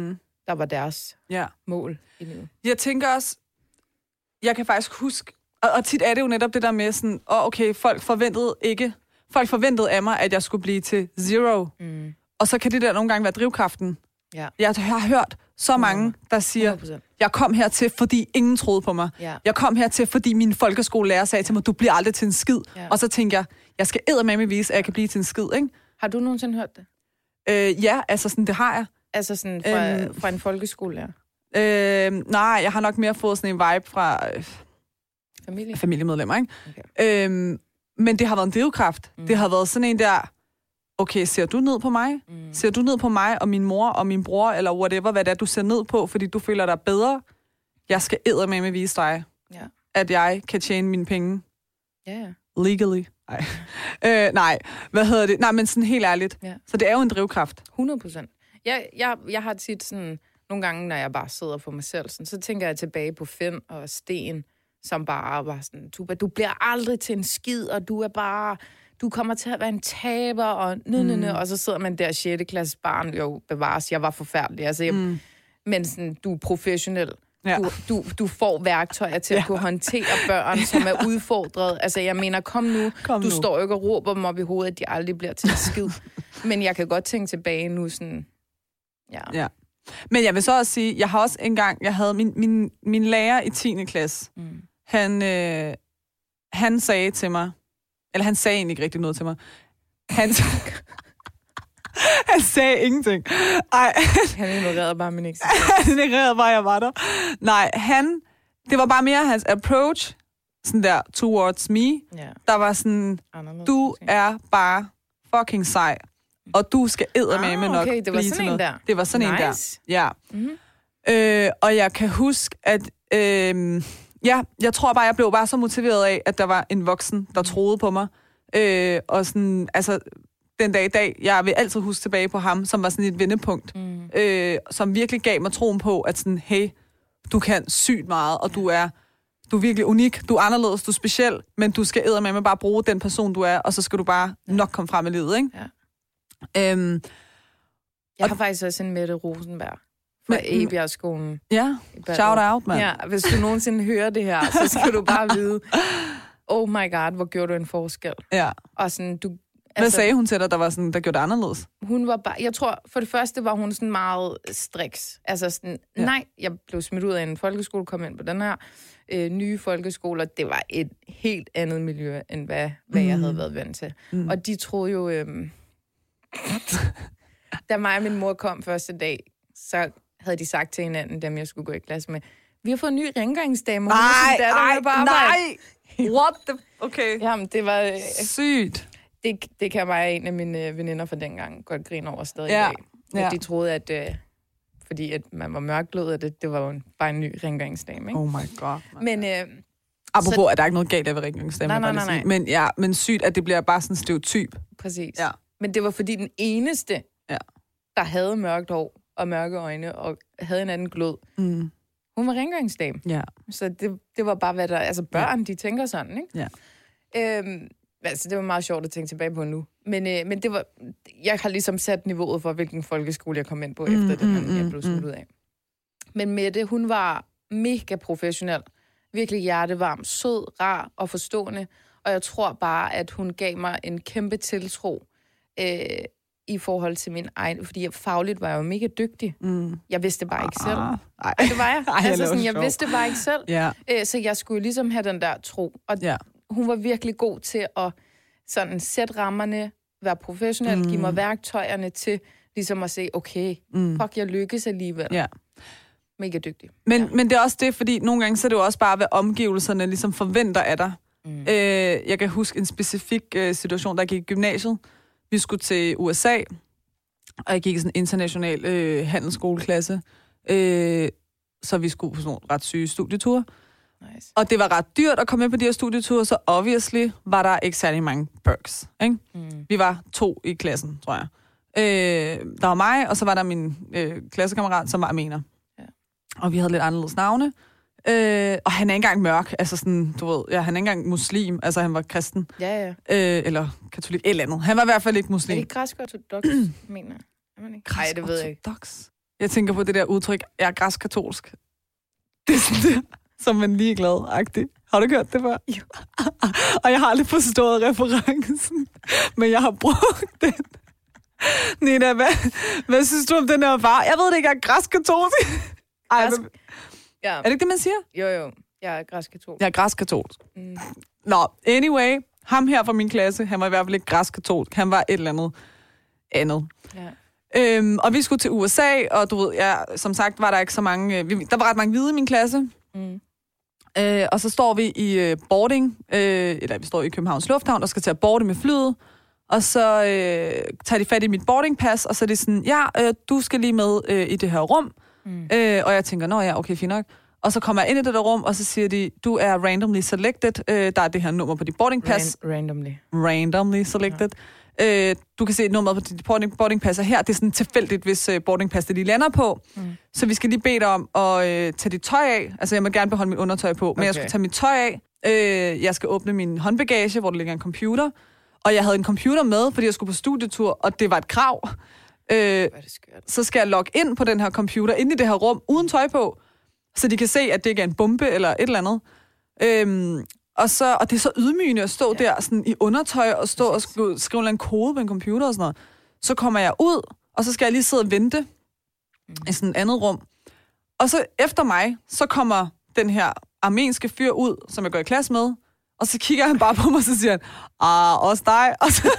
[SPEAKER 2] der var deres mål i livet.
[SPEAKER 3] Jeg tænker også, jeg kan faktisk huske, og tit er det jo netop det der med sådan, okay, folk forventede af mig, at jeg skulle blive til zero. Mm. Og så kan det der nogle gange være drivkraften. Ja. Jeg har hørt så mange, der siger, 100%. Jeg kom hertil, fordi ingen troede på mig. Ja. Jeg kom hertil, fordi min folkeskolelærer sagde til mig, du bliver aldrig til en skid. Ja. Og så tænker jeg skal eddermame vise, at jeg kan blive til en skid, ikke?
[SPEAKER 2] Har du nogensinde hørt det?
[SPEAKER 3] Ja, altså sådan, det har jeg. Altså
[SPEAKER 2] sådan fra en folkeskolelærer?
[SPEAKER 3] Nej, jeg har nok mere fået sådan en vibe fra familiemedlemmer, ikke? Okay. Men det har været en drivkraft. Det har været sådan en der, okay, ser du ned på mig? Ser du ned på mig og min mor og min bror, eller whatever, hvad det er, du ser ned på, fordi du føler dig bedre? Jeg skal eddermame vise dig, at jeg kan tjene mine penge.
[SPEAKER 2] Yeah.
[SPEAKER 3] Legally. Nej, hvad hedder det? Nej, men sådan helt ærligt. Yeah. Så det er jo en drivkraft.
[SPEAKER 2] 100%. Jeg har tit sådan, nogle gange, når jeg bare sidder for mig selv, sådan, så tænker jeg tilbage på Finn og Sten, som bare var sådan, du bliver aldrig til en skid, og du kommer til at være en taber, og og så sidder man der 6. klasse barn, jo bevares, jeg var forfærdelig, altså, men sådan, du er professionel. Ja. Du får værktøjer til at kunne håndtere børn, som er udfordret. Altså, jeg mener, kom nu. Du står jo ikke og råber dem op i hovedet, at de aldrig bliver til en skid. Men jeg kan godt tænke tilbage nu, sådan,
[SPEAKER 3] ja. Men jeg vil så også sige, jeg har også engang, jeg havde min lærer i 10. klasse, han sagde til mig, eller han sagde egentlig ikke rigtig noget til mig. Han sagde ingenting. Ej.
[SPEAKER 2] Han ignorerede bare min eksistens.
[SPEAKER 3] Han ignorerede bare, jeg var der. Nej, det var bare mere hans approach, sådan der, towards me. Yeah. Der var sådan, du er bare fucking sej, og du skal eddermame nok blive til noget. Der. Det var sådan en der. Ja. Mm-hmm. Og jeg kan huske, at jeg tror bare, jeg blev bare så motiveret af, at der var en voksen, der troede på mig. Og sådan, altså, den dag i dag, jeg vil altid huske tilbage på ham, som var sådan et vendepunkt, som virkelig gav mig troen på, at sådan, hey, du kan sygt meget, og du er virkelig unik, du er anderledes, du er speciel, men du skal eddermame bare bruge den person, du er, og så skal du bare nok komme frem i livet, ikke?
[SPEAKER 2] Ja. Jeg har faktisk også en Mette Rosenberg fra Ebjergskolen.
[SPEAKER 3] Ja, shout out, man.
[SPEAKER 2] Ja, hvis du nogensinde hører det her, så skal du bare vide, oh my god, hvor gjorde du en forskel. Ja. Og sådan,
[SPEAKER 3] hvad sagde hun til dig, der gjorde det anderledes?
[SPEAKER 2] Hun var bare, jeg tror, for det første var hun sådan meget striks. Altså sådan, nej, jeg blev smidt ud af en folkeskole, kom ind på den her nye folkeskole, og det var et helt andet miljø, end hvad jeg havde været vant til. Og de troede jo, da mig og min mor kom første dag, så havde de sagt til hinanden, dem jeg skulle gå i klasse med, vi har fået en ny rengøringsdame.
[SPEAKER 3] Nej! What the... Okay.
[SPEAKER 2] Jamen, det var...
[SPEAKER 3] sygt.
[SPEAKER 2] Det kan mig en af mine veninder fra dengang godt grine over stadig i dag. Ja. De troede, at fordi at man var mørkblød, at det var jo bare en ny rengøringsdame, ikke?
[SPEAKER 3] Oh my god.
[SPEAKER 2] Men...
[SPEAKER 3] apropos, at der er ikke noget galt af ved rengøringsdame.
[SPEAKER 2] Nej.
[SPEAKER 3] Men sygt, at det bliver bare sådan en stereotyp.
[SPEAKER 2] Præcis. Ja. Men det var fordi den eneste, der havde mørkt hår og mørke øjne og havde en anden glød, hun var rengøringsdame. Ja. Så det var bare, hvad der... Altså børn, de tænker sådan, ikke? Ja. Altså, det var meget sjovt at tænke tilbage på nu. Men det var... Jeg har ligesom sat niveauet for, hvilken folkeskole jeg kom ind på, efter den, jeg blev smidt ud af. Men Mette, hun var mega professionel. Virkelig hjertevarm, sød, rar og forstående. Og jeg tror bare, at hun gav mig en kæmpe tiltro i forhold til min egen... Fordi fagligt var jeg jo mega dygtig. Jeg vidste bare ikke selv. Det var jeg. Altså, sådan, jeg vidste bare ikke selv. Yeah. Så jeg skulle ligesom have den der tro. Og hun var virkelig god til at sådan sætte rammerne, være professionel, give mig værktøjerne til ligesom at se, okay, fuck, jeg lykkes alligevel. Yeah. Mega dygtig.
[SPEAKER 3] Men det er også det, fordi nogle gange så er det jo også bare, hvad omgivelserne ligesom forventer af dig. Jeg kan huske en specifik situation, der gik i gymnasiet. Vi skulle til USA, og jeg gik i sådan en international handelsskoleklasse. Så vi skulle på sådan nogle ret syge studieture. Nice. Og det var ret dyrt at komme med på de her studieture, så obviously var der ikke særlig mange perks. Ikke? Vi var 2 i klassen, tror jeg. Der var mig, og så var der min klassekammerat, som var armener. Ja. Og vi havde lidt anderledes navne. Og han er ikke engang mørk, altså sådan, du ved, han er ikke engang muslim, altså han var kristen.
[SPEAKER 2] Ja.
[SPEAKER 3] Eller katolik, eller andet. Han var i hvert fald ikke muslim.
[SPEAKER 2] Er det græsk ortodox, mener jeg?
[SPEAKER 3] Nej, det ved jeg ikke. Ortodox? Jeg tænker på det der udtryk, jeg er græsk-katolsk. Det er sådan der, som man lige er glad-agtig. Har du hørt det før?
[SPEAKER 2] Jo.
[SPEAKER 3] Og jeg har aldrig forstået referencen, men jeg har brugt den. Nina, hvad synes du om den her far? Jeg ved det ikke, jeg er græsk-katolsk.
[SPEAKER 2] Ja.
[SPEAKER 3] Er det ikke det, man siger?
[SPEAKER 2] Jo. Jeg er græsk-katolsk.
[SPEAKER 3] Jeg er græsk-katolsk. Nå, anyway. Ham her fra min klasse, han var i hvert fald ikke græsk-katolsk. Han var et eller andet. Ja. Og vi skulle til USA, og du ved, som sagt var der ikke så mange... der var ret mange hvide i min klasse. Og så står vi i boarding, eller vi står i Københavns Lufthavn, og skal til at boarde med flyet. Og så tager de fat i mit boardingpas, og så er det sådan, du skal lige med i det her rum. Og jeg tænker, okay, fint nok. Og så kommer jeg ind i det der rum, og så siger de, du er randomly selected. Der er det her nummer på dit boardingpas. Randomly selected. Ja. Du kan se nummeret på dit boardingpas her. Det er sådan tilfældigt, hvis boardingpasset lige lander på. Så vi skal lige bede dig om at tage dit tøj af. Altså, jeg må gerne beholde mit undertøj på, men jeg skal tage mit tøj af. Jeg skal åbne min håndbagage, hvor der ligger en computer. Og jeg havde en computer med, fordi jeg skulle på studietur, og det var et krav. Så skal jeg logge ind på den her computer, inde i det her rum, uden tøj på, så de kan se, at det ikke er en bombe eller et eller andet. Og det er så ydmygende at stå der sådan i undertøj og stå og skrive en kode på en computer og sådan noget. Så kommer jeg ud, og så skal jeg lige sidde og vente i sådan et andet rum. Og så efter mig, så kommer den her armenske fyr ud, som jeg går i klasse med, og så kigger han bare på mig, og så siger han, også dig.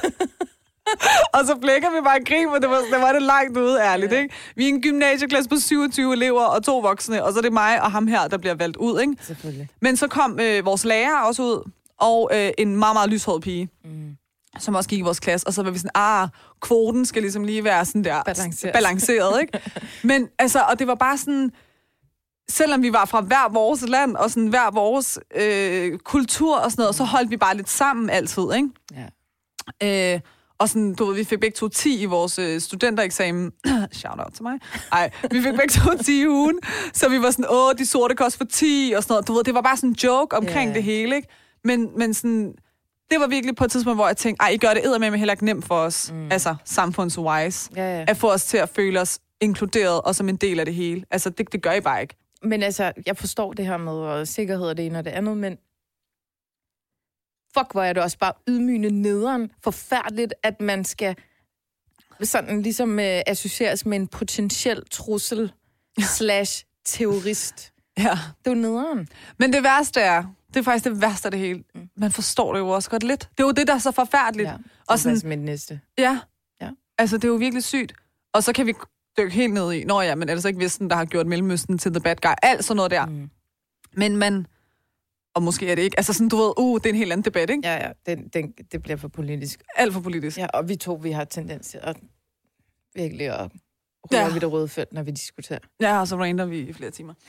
[SPEAKER 3] Og så flækker vi bare grin, og det var det langt ude, ærligt, ikke? Vi er en gymnasieklasse på 27 elever og 2 voksne, og så er det mig og ham her, der bliver valgt ud, ikke?
[SPEAKER 2] Selvfølgelig.
[SPEAKER 3] Men så kom vores lærer også ud, og en meget, meget lyshåret pige, som også gik i vores klasse, og så var vi sådan, kvoten skal ligesom lige være sådan der balanceret, ikke? Men altså, og det var bare sådan, selvom vi var fra hver vores land, og sådan hver vores kultur og sådan noget, så holdt vi bare lidt sammen altid, ikke? Ja. Og sådan, du ved, vi fik begge 2 10 i vores studentereksamen. Shout out til mig. Vi fik begge 2 10 i ugen. Så vi var sådan, de sorte kost for 10 og sådan noget. Du ved, det var bare sådan en joke omkring det hele, ikke? Men sådan, det var virkelig på et tidspunkt, hvor jeg tænkte, I gør det eddermame heller ikke nemt for os, altså samfundswise, at få os til at føle os inkluderet og som en del af det hele. Altså, det gør I bare ikke.
[SPEAKER 2] Men altså, jeg forstår det her med sikkerhed og det ene og det andet, men fuck, hvor er det også bare ydmygende nederen. Forfærdeligt, at man skal sådan ligesom associeres med en potentiel trussel / terrorist. Ja. Det er jo nederen.
[SPEAKER 3] Men det værste det er faktisk det værste af det hele. Man forstår det jo også godt lidt. Det er jo det, der er så forfærdeligt.
[SPEAKER 2] Ja, det er og sådan, faktisk mit næste.
[SPEAKER 3] Ja. Altså, det er jo virkelig sygt. Og så kan vi dykke helt ned i, men ellers ikke Vesten, der har gjort Mellemøsten til the bad guy. Alt sådan noget der. Men man... Og måske er det ikke. Altså sådan, du ved, det er en helt anden debat, ikke?
[SPEAKER 2] Ja, det bliver for politisk.
[SPEAKER 3] Alt for politisk.
[SPEAKER 2] Ja, og vi har tendens til at virkelig at røre ved det røde felt, når vi diskuterer.
[SPEAKER 3] Ja, og så rander vi i flere timer.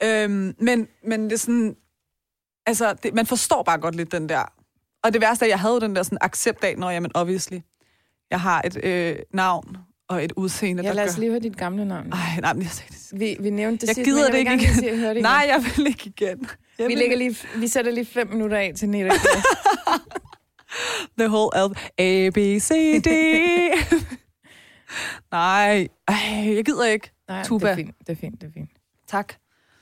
[SPEAKER 3] Men det er sådan... Altså, man forstår bare godt lidt den der... Og det værste er, at jeg havde den der sådan accept af, obviously. Jeg har et navn og et udseende,
[SPEAKER 2] lad os lige høre dit gamle navn.
[SPEAKER 3] Nej, men jeg sagde det.
[SPEAKER 2] Vi nævnte det
[SPEAKER 3] jeg
[SPEAKER 2] sidst,
[SPEAKER 3] gider det ikke
[SPEAKER 2] igen.
[SPEAKER 3] Nej, jeg vil ikke igen.
[SPEAKER 2] Vi sætter lige 5 minutter af til Nina.
[SPEAKER 3] The whole A, B, C, D. Nej, jeg gider ikke.
[SPEAKER 2] Nej,
[SPEAKER 3] Tuba.
[SPEAKER 2] Det er fint.
[SPEAKER 3] Tak.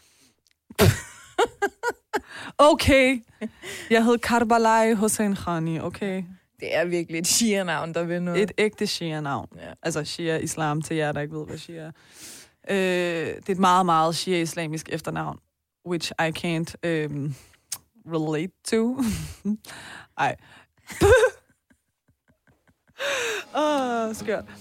[SPEAKER 3] Okay. Jeg hed Karbala Hossein Khani, okay.
[SPEAKER 2] Det er virkelig et shia-navn, der vil noget.
[SPEAKER 3] Et ægte shia-navn. Ja. Altså shia-islam til jer, der ikke ved, hvad shia er. Det er et meget, meget shia-islamisk efternavn, which I can't relate to. Ej. Skørt.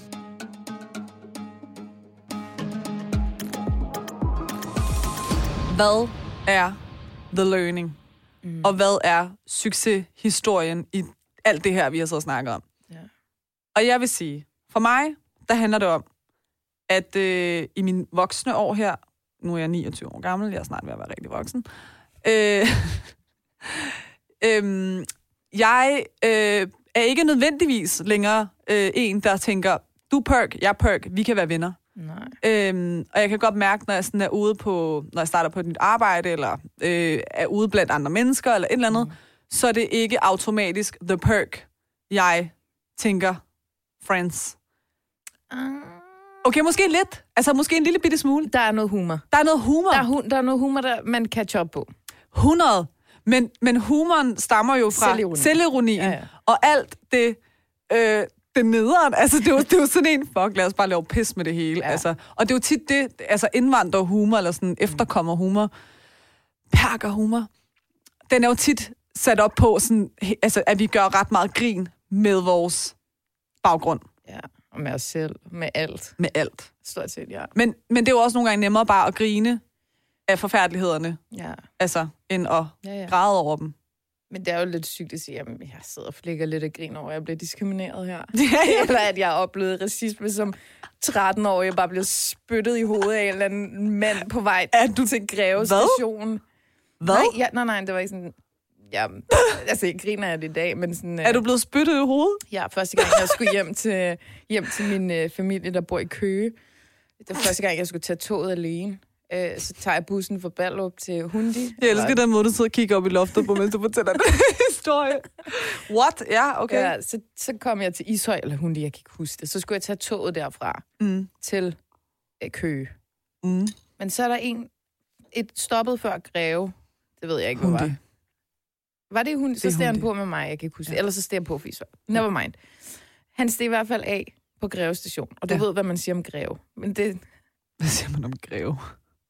[SPEAKER 3] Hvad er the learning? Og hvad er succeshistorien i alt det her, vi har så snakket om? Ja. Og jeg vil sige, for mig, der handler det om, at i mine voksne år her, nu er jeg 29 år gammel, jeg er snart ved at være rigtig voksen, jeg er ikke nødvendigvis længere en, der tænker, du er perk, jeg er perk, vi kan være venner. Nej. Og jeg kan godt mærke, når jeg sådan er ude på, når jeg starter på et nyt arbejde, eller er ude blandt andre mennesker, eller et eller andet, så er det ikke automatisk the perk, jeg tænker friends. Okay, måske lidt. Altså, måske en lille bitte smule.
[SPEAKER 2] Der er noget humor.
[SPEAKER 3] Der er noget humor.
[SPEAKER 2] Der er noget humor, der man catcher op på.
[SPEAKER 3] 100. Men humoren stammer jo fra selvironien. Ja. Og alt det nederen. Altså, det er jo sådan en, fuck, lad os bare lave pis med det hele. Ja. Altså, og det er jo tit det, altså indvandrerhumor, eller sådan efterkommerhumor, perkerhumor. Den er jo tit sat op på, sådan, altså, at vi gør ret meget grin med vores baggrund.
[SPEAKER 2] Ja, og med os selv, med alt.
[SPEAKER 3] Med alt.
[SPEAKER 2] Stort set, ja.
[SPEAKER 3] Men det er jo også nogle gange nemmere bare at grine af forfærdelighederne.
[SPEAKER 2] Ja.
[SPEAKER 3] Altså, end at græde over dem.
[SPEAKER 2] Men det er jo lidt sygt at sige, at jeg sidder og flækker lidt af grin over, at jeg bliver diskrimineret her.
[SPEAKER 3] Ja.
[SPEAKER 2] Eller at jeg har oplevet racisme som 13-årig, jeg bare bliver spyttet i hovedet af en eller anden mand på vej til Greve station.
[SPEAKER 3] Hvad?
[SPEAKER 2] Nej, det var ikke sådan... Ja, altså, jeg griner af det i dag, men sådan...
[SPEAKER 3] Er du blevet spyttet i hovedet?
[SPEAKER 2] Ja, første gang, jeg skulle hjem til min familie, der bor i Køge. Det var første gang, jeg skulle tage toget alene. Så tager jeg bussen fra Ballerup til Hundi.
[SPEAKER 3] Jeg elsker den måde, du sidder og kigger op i loftet på, mens du fortæller den historie. What? Ja, okay.
[SPEAKER 2] Ja, så kom jeg til Ishøj, eller Hundi, jeg kan ikke huske det. Så skulle jeg tage toget derfra til Køge. Men så er der et stoppet før Greve. Det ved jeg ikke, hvad var. Var det Hundi? Så steg han på med mig, jeg kan ikke huske det. Eller så steg han på for Ishøj. Never mind. Han steg i hvert fald af på Greve station. Og du ved, hvad man siger om Greve. Men det...
[SPEAKER 3] Hvad siger man om Greve?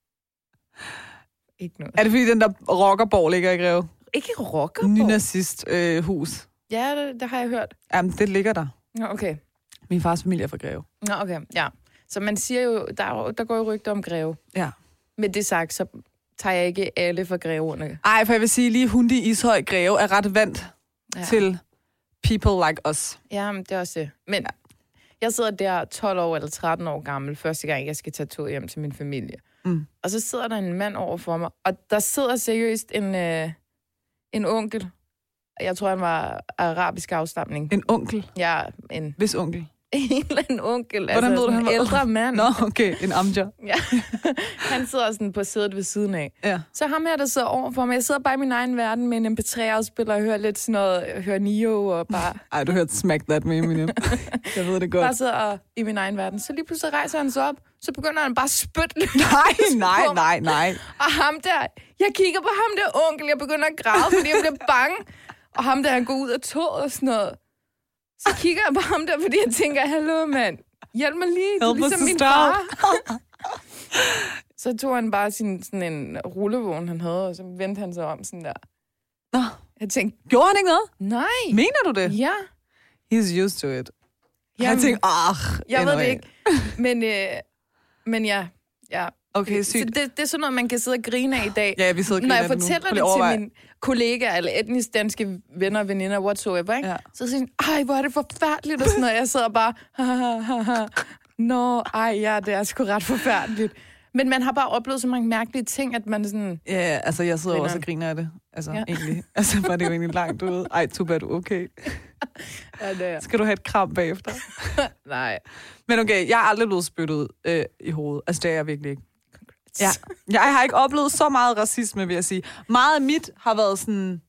[SPEAKER 2] Ikke noget.
[SPEAKER 3] Er det fordi, den der rockerborg ligger i Greve?
[SPEAKER 2] Ikke rockerborg?
[SPEAKER 3] Nynazist hus.
[SPEAKER 2] Ja, det har jeg hørt.
[SPEAKER 3] Jamen, det ligger der.
[SPEAKER 2] Nå, okay.
[SPEAKER 3] Min fars familie er fra Greve.
[SPEAKER 2] Nå, okay, ja. Så man siger jo, der går jo rygter om Greve.
[SPEAKER 3] Ja.
[SPEAKER 2] Med det sagt, så tager jeg ikke alle fra Greverne.
[SPEAKER 3] Ej, for jeg vil sige, lige Hundi, Ishøj, Greve er ret vant til people like us.
[SPEAKER 2] Ja, men det er også det. Men jeg sidder der 12 år eller 13 år gammel, første gang jeg skal tage tog hjem til min familie. Og så sidder der en mand over for mig, og der sidder seriøst en onkel. Jeg tror, han var arabisk afstamning.
[SPEAKER 3] En onkel?
[SPEAKER 2] Ja,
[SPEAKER 3] Hvis onkel?
[SPEAKER 2] En eller anden onkel.
[SPEAKER 3] Hvordan
[SPEAKER 2] altså,
[SPEAKER 3] ved du, han var
[SPEAKER 2] ældre mand.
[SPEAKER 3] Nå, okay. En amja.
[SPEAKER 2] Ja. Han sidder sådan på sædet ved siden af.
[SPEAKER 3] Ja.
[SPEAKER 2] Så ham her, der sidder over for mig. Jeg sidder bare i min egen verden med en MP3-afspiller og hører lidt sådan noget, hører Nio og bare...
[SPEAKER 3] Ej, du hørte Smack That med Eminem. Jeg ved det godt.
[SPEAKER 2] Bare sidder i min egen verden. Så lige pludselig rejser han sig op, så begynder han bare at spytte lidt.
[SPEAKER 3] Nej.
[SPEAKER 2] Og ham der, jeg kigger på ham der onkel, jeg begynder at græde, fordi jeg bliver bange. Og ham der, han går ud af toget og sådan noget. Så kigger jeg på ham der, fordi jeg tænker, hallo mand, hjælp mig lige, du er ligesom min far. Så tog han bare sådan en rullevogn, han havde, og så vendte han sig om sådan der.
[SPEAKER 3] Nå.
[SPEAKER 2] Jeg tænkte...
[SPEAKER 3] Gjorde han ikke noget?
[SPEAKER 2] Nej.
[SPEAKER 3] Mener du det?
[SPEAKER 2] Ja.
[SPEAKER 3] He's used to it.
[SPEAKER 2] Jamen,
[SPEAKER 3] jeg tænkte,
[SPEAKER 2] jeg ved det ikke. Men ja.
[SPEAKER 3] Okay, sygt.
[SPEAKER 2] Så det er sådan noget, man kan sidde og grine af i dag.
[SPEAKER 3] Ja, vi sidder og griner.
[SPEAKER 2] Når jeg fortæller det til mine kollegaer, eller etnisk danske venner og veninder, whatsoever, ikke? Ja. Så siger de, ej, hvor er det forfærdeligt, og sådan noget. Jeg sidder bare, det er sgu ret forfærdeligt. Men man har bare oplevet så mange mærkelige ting, at man sådan...
[SPEAKER 3] Ja, altså jeg sidder også og griner af det. Altså, egentlig. Altså, var det jo egentlig langt ud. Ej, too bad, okay.
[SPEAKER 2] Ja, det er.
[SPEAKER 3] Skal du have et kram bagefter?
[SPEAKER 2] Nej.
[SPEAKER 3] Men okay, jeg har aldrig blevet spyttet i hovedet. Altså, det er jeg virkelig ikke. Ja. Jeg har ikke oplevet så meget racisme, vil jeg sige. Meget af mit har været sådan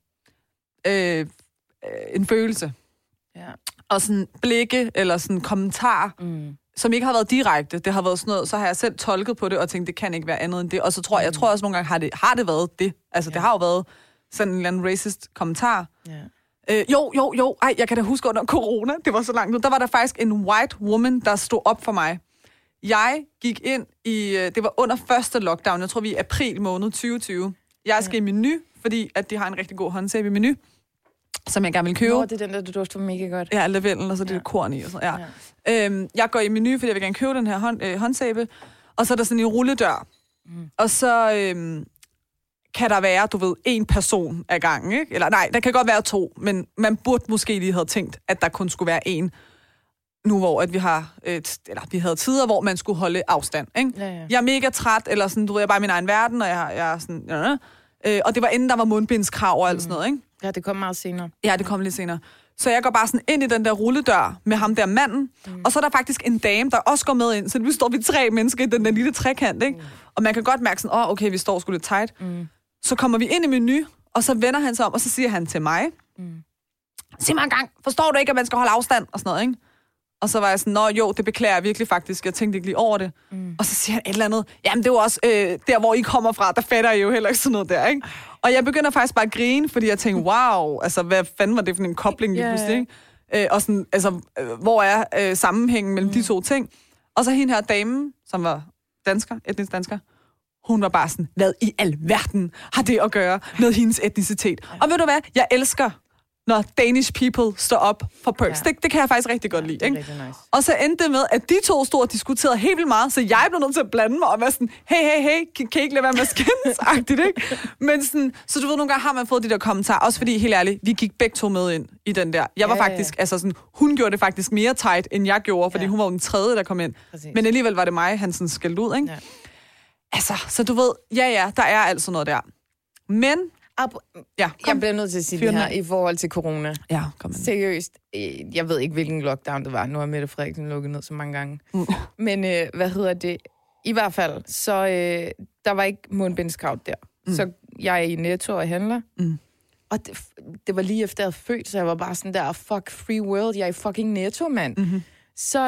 [SPEAKER 3] en følelse. Ja. Og sådan blikke, eller sådan kommentarer, som ikke har været direkte. Det har været sådan noget, så har jeg selv tolket på det, og tænkt, det kan ikke være andet end det. Og så tror jeg også nogle gange, har det været det. Altså, det har jo været sådan en eller anden racist kommentar. Ja. Jo. Ej, jeg kan da huske under corona, det var så langt ud. Der var der faktisk en white woman, der stod op for mig. Jeg gik ind i, det var under første lockdown, jeg tror vi er april måned 2020. Jeg skal i Menu, fordi at de har en rigtig god håndsæbe i Menu, som jeg gerne vil købe.
[SPEAKER 2] Det er den, der du dufter mega godt.
[SPEAKER 3] Ja, lavendel, og så det korn i. Og så, ja. Jeg går i Menu, fordi jeg vil gerne købe den her håndsæbe, og så er der sådan en rulledør. Og så kan der være, du ved, en person ad gangen, ikke? Eller nej, der kan godt være 2, men man burde måske lige have tænkt, at der kun skulle være 1. Nu hvor at vi havde tider, hvor man skulle holde afstand, ikke? Ja. Jeg er mega træt, eller sådan, du ved, jeg er bare i min egen verden, og jeg er sådan... og det var inden der var mundbindskrav og alt sådan noget, ikke?
[SPEAKER 2] Ja, det kom meget senere.
[SPEAKER 3] Ja, det kom lidt senere. Så jeg går bare sådan ind i den der rulledør med ham der manden, og så er der faktisk en dame, der også går med ind, så nu står vi 3 mennesker i den der lille trekant, ikke? Og man kan godt mærke sådan, okay, vi står sgu lidt tight. Så kommer vi ind i Menu, og så vender han sig om, og så siger han til mig, sig mig en gang, forstår du ikke, at man skal holde afstand? Og sådan noget, ikke? Og så var jeg sådan, nå jo, det beklager jeg virkelig faktisk. Jeg tænkte ikke lige over det. Og så siger han et eller andet, jamen det var også der, hvor I kommer fra, der fatter I jo heller ikke sådan noget der, ikke? Og jeg begynder faktisk bare at grine, fordi jeg tænkte, wow, altså hvad fanden var det for en kobling lige pludselig, ikke? Og sådan, altså, hvor er sammenhængen mellem de to ting? Og så hende her dame, som var dansker, etnisk dansker, hun var bare sådan, hvad i alverden har det at gøre med hendes etnicitet? Og ved du hvad? Jeg elsker, når Danish people står op for perks. Ja. Det kan jeg faktisk rigtig godt lide. Ikke?
[SPEAKER 2] Nice.
[SPEAKER 3] Og så endte det med, at de to stod og diskuterede helt vildt meget, så jeg blev nødt til at blande mig og være sådan, hey, kan I ikke lade være med at skændes-agtigt, ikke? Men sådan, så du ved, nogle gange har man fået de der kommentarer, også fordi, helt ærligt, vi gik begge to med ind i den der. Jeg var faktisk, altså sådan, hun gjorde det faktisk mere tight, end jeg gjorde, fordi hun var den tredje, der kom ind. Præcis. Men alligevel var det mig, han sådan skældte ud, ikke? Ja. Altså, så du ved, ja, der er altså noget der. Men
[SPEAKER 2] jeg bliver nødt til at sige det her i forhold til corona.
[SPEAKER 3] Ja, kom ind.
[SPEAKER 2] Seriøst, jeg ved ikke, hvilken lockdown det var. Nu har Mette Frederiksen lukket ned så mange gange. Men i hvert fald, så der var ikke mundbindskrav der. Så jeg er i Netto og handler. Og det var lige efter jeg havde født, så jeg var bare sådan der, fuck free world, jeg er i fucking Netto, mand. Så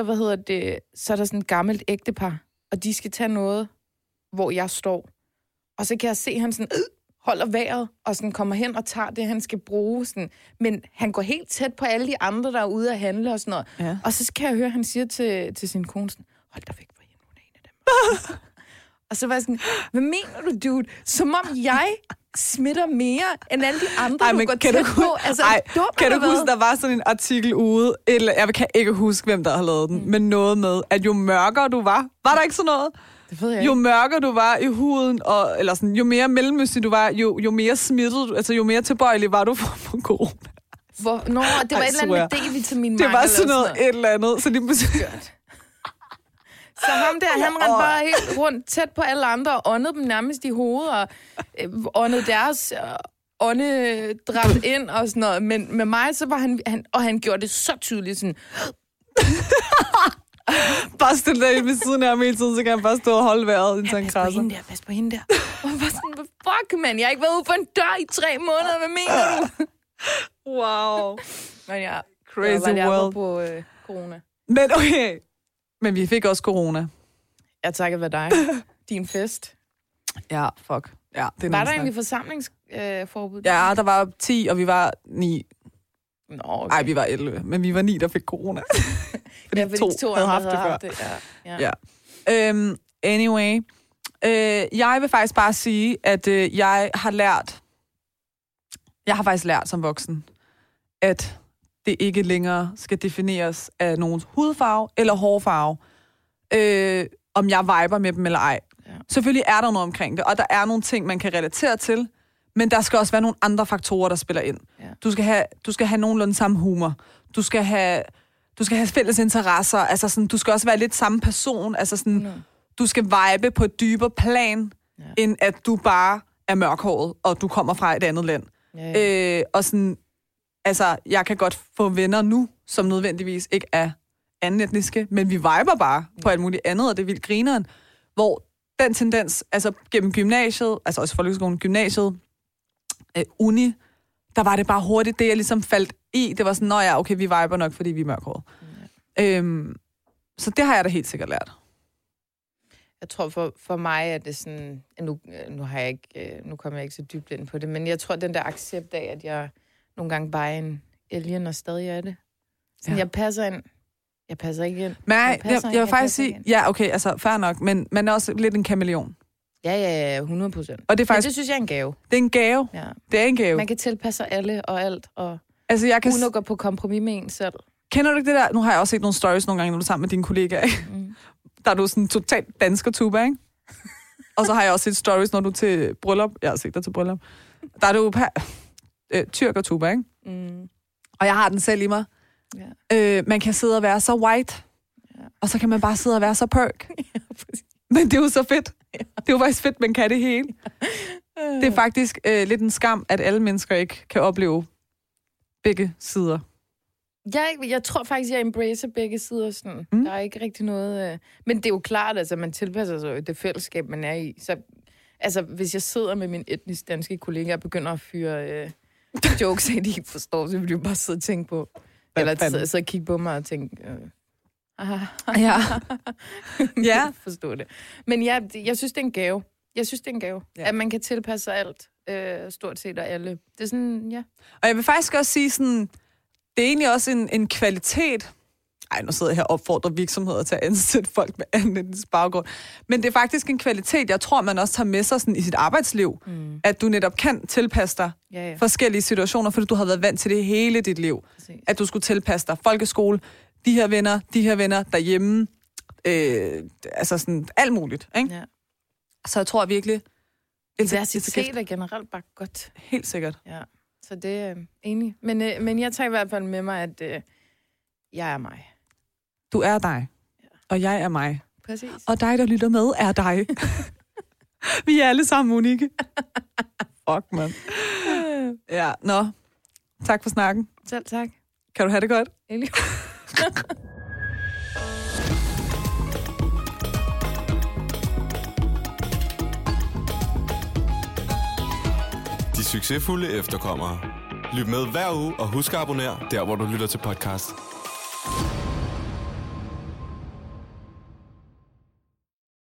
[SPEAKER 2] er der sådan et gammelt ægtepar, og de skal tage noget, hvor jeg står. Og så kan jeg se, han sådan holder vejret, og sådan kommer hen og tager det, han skal bruge. Sådan. Men han går helt tæt på alle de andre, der er ude at handle og sådan noget. Ja. Og så kan jeg høre, han siger til sin kone sådan, hold dig væk fra hende, hun er en af dem. Og så var jeg sådan, hvad mener du, dude? Som om jeg smitter mere, end alle de andre, du går tæt på. Altså,
[SPEAKER 3] kan du huske, der var sådan en artikel ude, jeg kan ikke huske, hvem der har lavet den, men noget med, at jo mørkere du var der ikke sådan noget? Jo mørkere du var i huden, eller sådan, jo mere mellemøstlig du var, jo mere smittet, altså jo mere tilbøjelig var du for corona.
[SPEAKER 2] Det var et eller andet med D-vitamin.
[SPEAKER 3] Det var sådan noget et eller andet. Så lige
[SPEAKER 2] så ham der, han rendte bare helt rundt tæt på alle andre og åndede dem nærmest i hovedet og åndede deres åndedragt ind og sådan noget. Men med mig, så var han gjorde det så tydeligt sådan.
[SPEAKER 3] Bare stille dig ved siden af ham hele tiden, så kan han bare stå og holde vejret.
[SPEAKER 2] Pas på hende der. Og han var sådan, fuck, man, jeg har ikke været ude for en dør i 3 måneder. Hvad mener du?
[SPEAKER 3] Wow.
[SPEAKER 2] Men ja,
[SPEAKER 3] crazy world.
[SPEAKER 2] På corona.
[SPEAKER 3] Men okay. Men vi fik også corona.
[SPEAKER 2] Jeg takker ved dig. Din fest.
[SPEAKER 3] Ja, fuck. Ja, det
[SPEAKER 2] var der egentlig forsamlingsforbud?
[SPEAKER 3] Ja, der var 10, og vi var 9.
[SPEAKER 2] Nå, okay.
[SPEAKER 3] Nej, vi var 11, men vi var 9, der fik corona.
[SPEAKER 2] fordi to havde haft det før.
[SPEAKER 3] Ja. Anyway. Jeg vil faktisk bare sige, at jeg har faktisk lært som voksen, at det ikke længere skal defineres af nogens hudfarve eller hårfarve, om jeg viber med dem eller ej. Ja. Selvfølgelig er der noget omkring det, og der er nogle ting, man kan relatere til, men der skal også være nogle andre faktorer, der spiller ind. Ja. Du skal have nogenlunde samme humor. Du skal have fælles interesser. Altså sådan, du skal også være lidt samme person. Altså sådan, du skal vibe på et dybere plan, end at du bare er mørkhåret, og du kommer fra et andet land. Ja. Og sådan, altså, jeg kan godt få venner nu, som nødvendigvis ikke er anden etniske, men vi viber bare på alt muligt andet, og det er vildt grineren. Hvor den tendens, altså gennem gymnasiet, altså også folkeskolen, gymnasiet, uni, der var det bare hurtigt, det jeg ligesom faldt i. Det var sådan, okay, vi viber nok, fordi vi er mørkhåret. Ja. Så det har jeg da helt sikkert lært.
[SPEAKER 2] Jeg tror for mig, at det sådan, nu kommer jeg ikke så dybt ind på det, men jeg tror, den der accept af, at jeg nogle gange bare er en alien og stadig er det. Sådan, jeg passer ind. Jeg passer ikke ind.
[SPEAKER 3] Nej, jeg vil faktisk sige, ja, okay, altså fair nok, men man er også lidt en kameleon.
[SPEAKER 2] Ja, 100%.
[SPEAKER 3] Og det er faktisk,
[SPEAKER 2] det synes jeg er en gave.
[SPEAKER 3] Det er en gave. Ja. Det er en gave.
[SPEAKER 2] Man kan tilpasse sig alle og alt, og
[SPEAKER 3] altså,
[SPEAKER 2] uden at gå på kompromis med en selv.
[SPEAKER 3] Kender du ikke det der? Nu har jeg også set nogle stories nogle gange, når du er sammen med dine kollegaer. Der er du sådan totalt dansker-tuba, ikke? Og så har jeg også set stories, når du er til bryllup. Jeg har set dig til bryllup. Der er du tyrker-tuba, ikke? Og jeg har den selv i mig. Ja. Man kan sidde og være så white, og så kan man bare sidde og være så perk. Men det er jo så fedt. Det er jo faktisk fedt, man kan det hele. Det er faktisk lidt en skam, at alle mennesker ikke kan opleve begge sider.
[SPEAKER 2] Jeg tror faktisk, jeg embracer begge sider. Sådan. Der er ikke rigtig noget... Men det er jo klart, altså, man tilpasser sig det fællesskab, man er i. Så, altså, hvis jeg sidder med mine etnisk danske kollegaer og begynder at fyre jokes, at de ikke forstår, så vil de jo bare sidde og tænke på, Eller så kigge på mig og tænke...
[SPEAKER 3] Ja. Ja.
[SPEAKER 2] Forstå det. Men ja, jeg synes, det er en gave. Ja. At man kan tilpasse sig alt. Stort set og alle. Det er sådan, ja.
[SPEAKER 3] Og jeg vil faktisk også sige sådan, det er egentlig også en kvalitet. Ej, nu sidder jeg her og opfordrer virksomheder til at ansætte folk med anden baggrund. Men det er faktisk en kvalitet, jeg tror, man også tager med sig sådan i sit arbejdsliv. At du netop kan tilpasse dig forskellige situationer, fordi du har været vant til det hele dit liv.
[SPEAKER 2] Præcis.
[SPEAKER 3] At du skulle tilpasse dig folkeskole, de her venner derhjemme. Altså sådan alt muligt, ikke?
[SPEAKER 2] Ja.
[SPEAKER 3] Så jeg tror virkelig...
[SPEAKER 2] Diversitet er generelt bare godt.
[SPEAKER 3] Helt sikkert.
[SPEAKER 2] Ja, så det er enig. Men jeg tager i hvert fald med mig, at jeg er mig.
[SPEAKER 3] Du er dig, og jeg er mig.
[SPEAKER 2] Præcis.
[SPEAKER 3] Og dig, der lytter med, er dig. Vi er alle sammen unikke. Fuck, mand. Ja, nå. Tak for snakken.
[SPEAKER 2] Selv tak.
[SPEAKER 3] Kan du have det godt?
[SPEAKER 1] De succesfulde efterkommere. Lyt med hver uge og husk at abonnere der, hvor du lytter til podcast.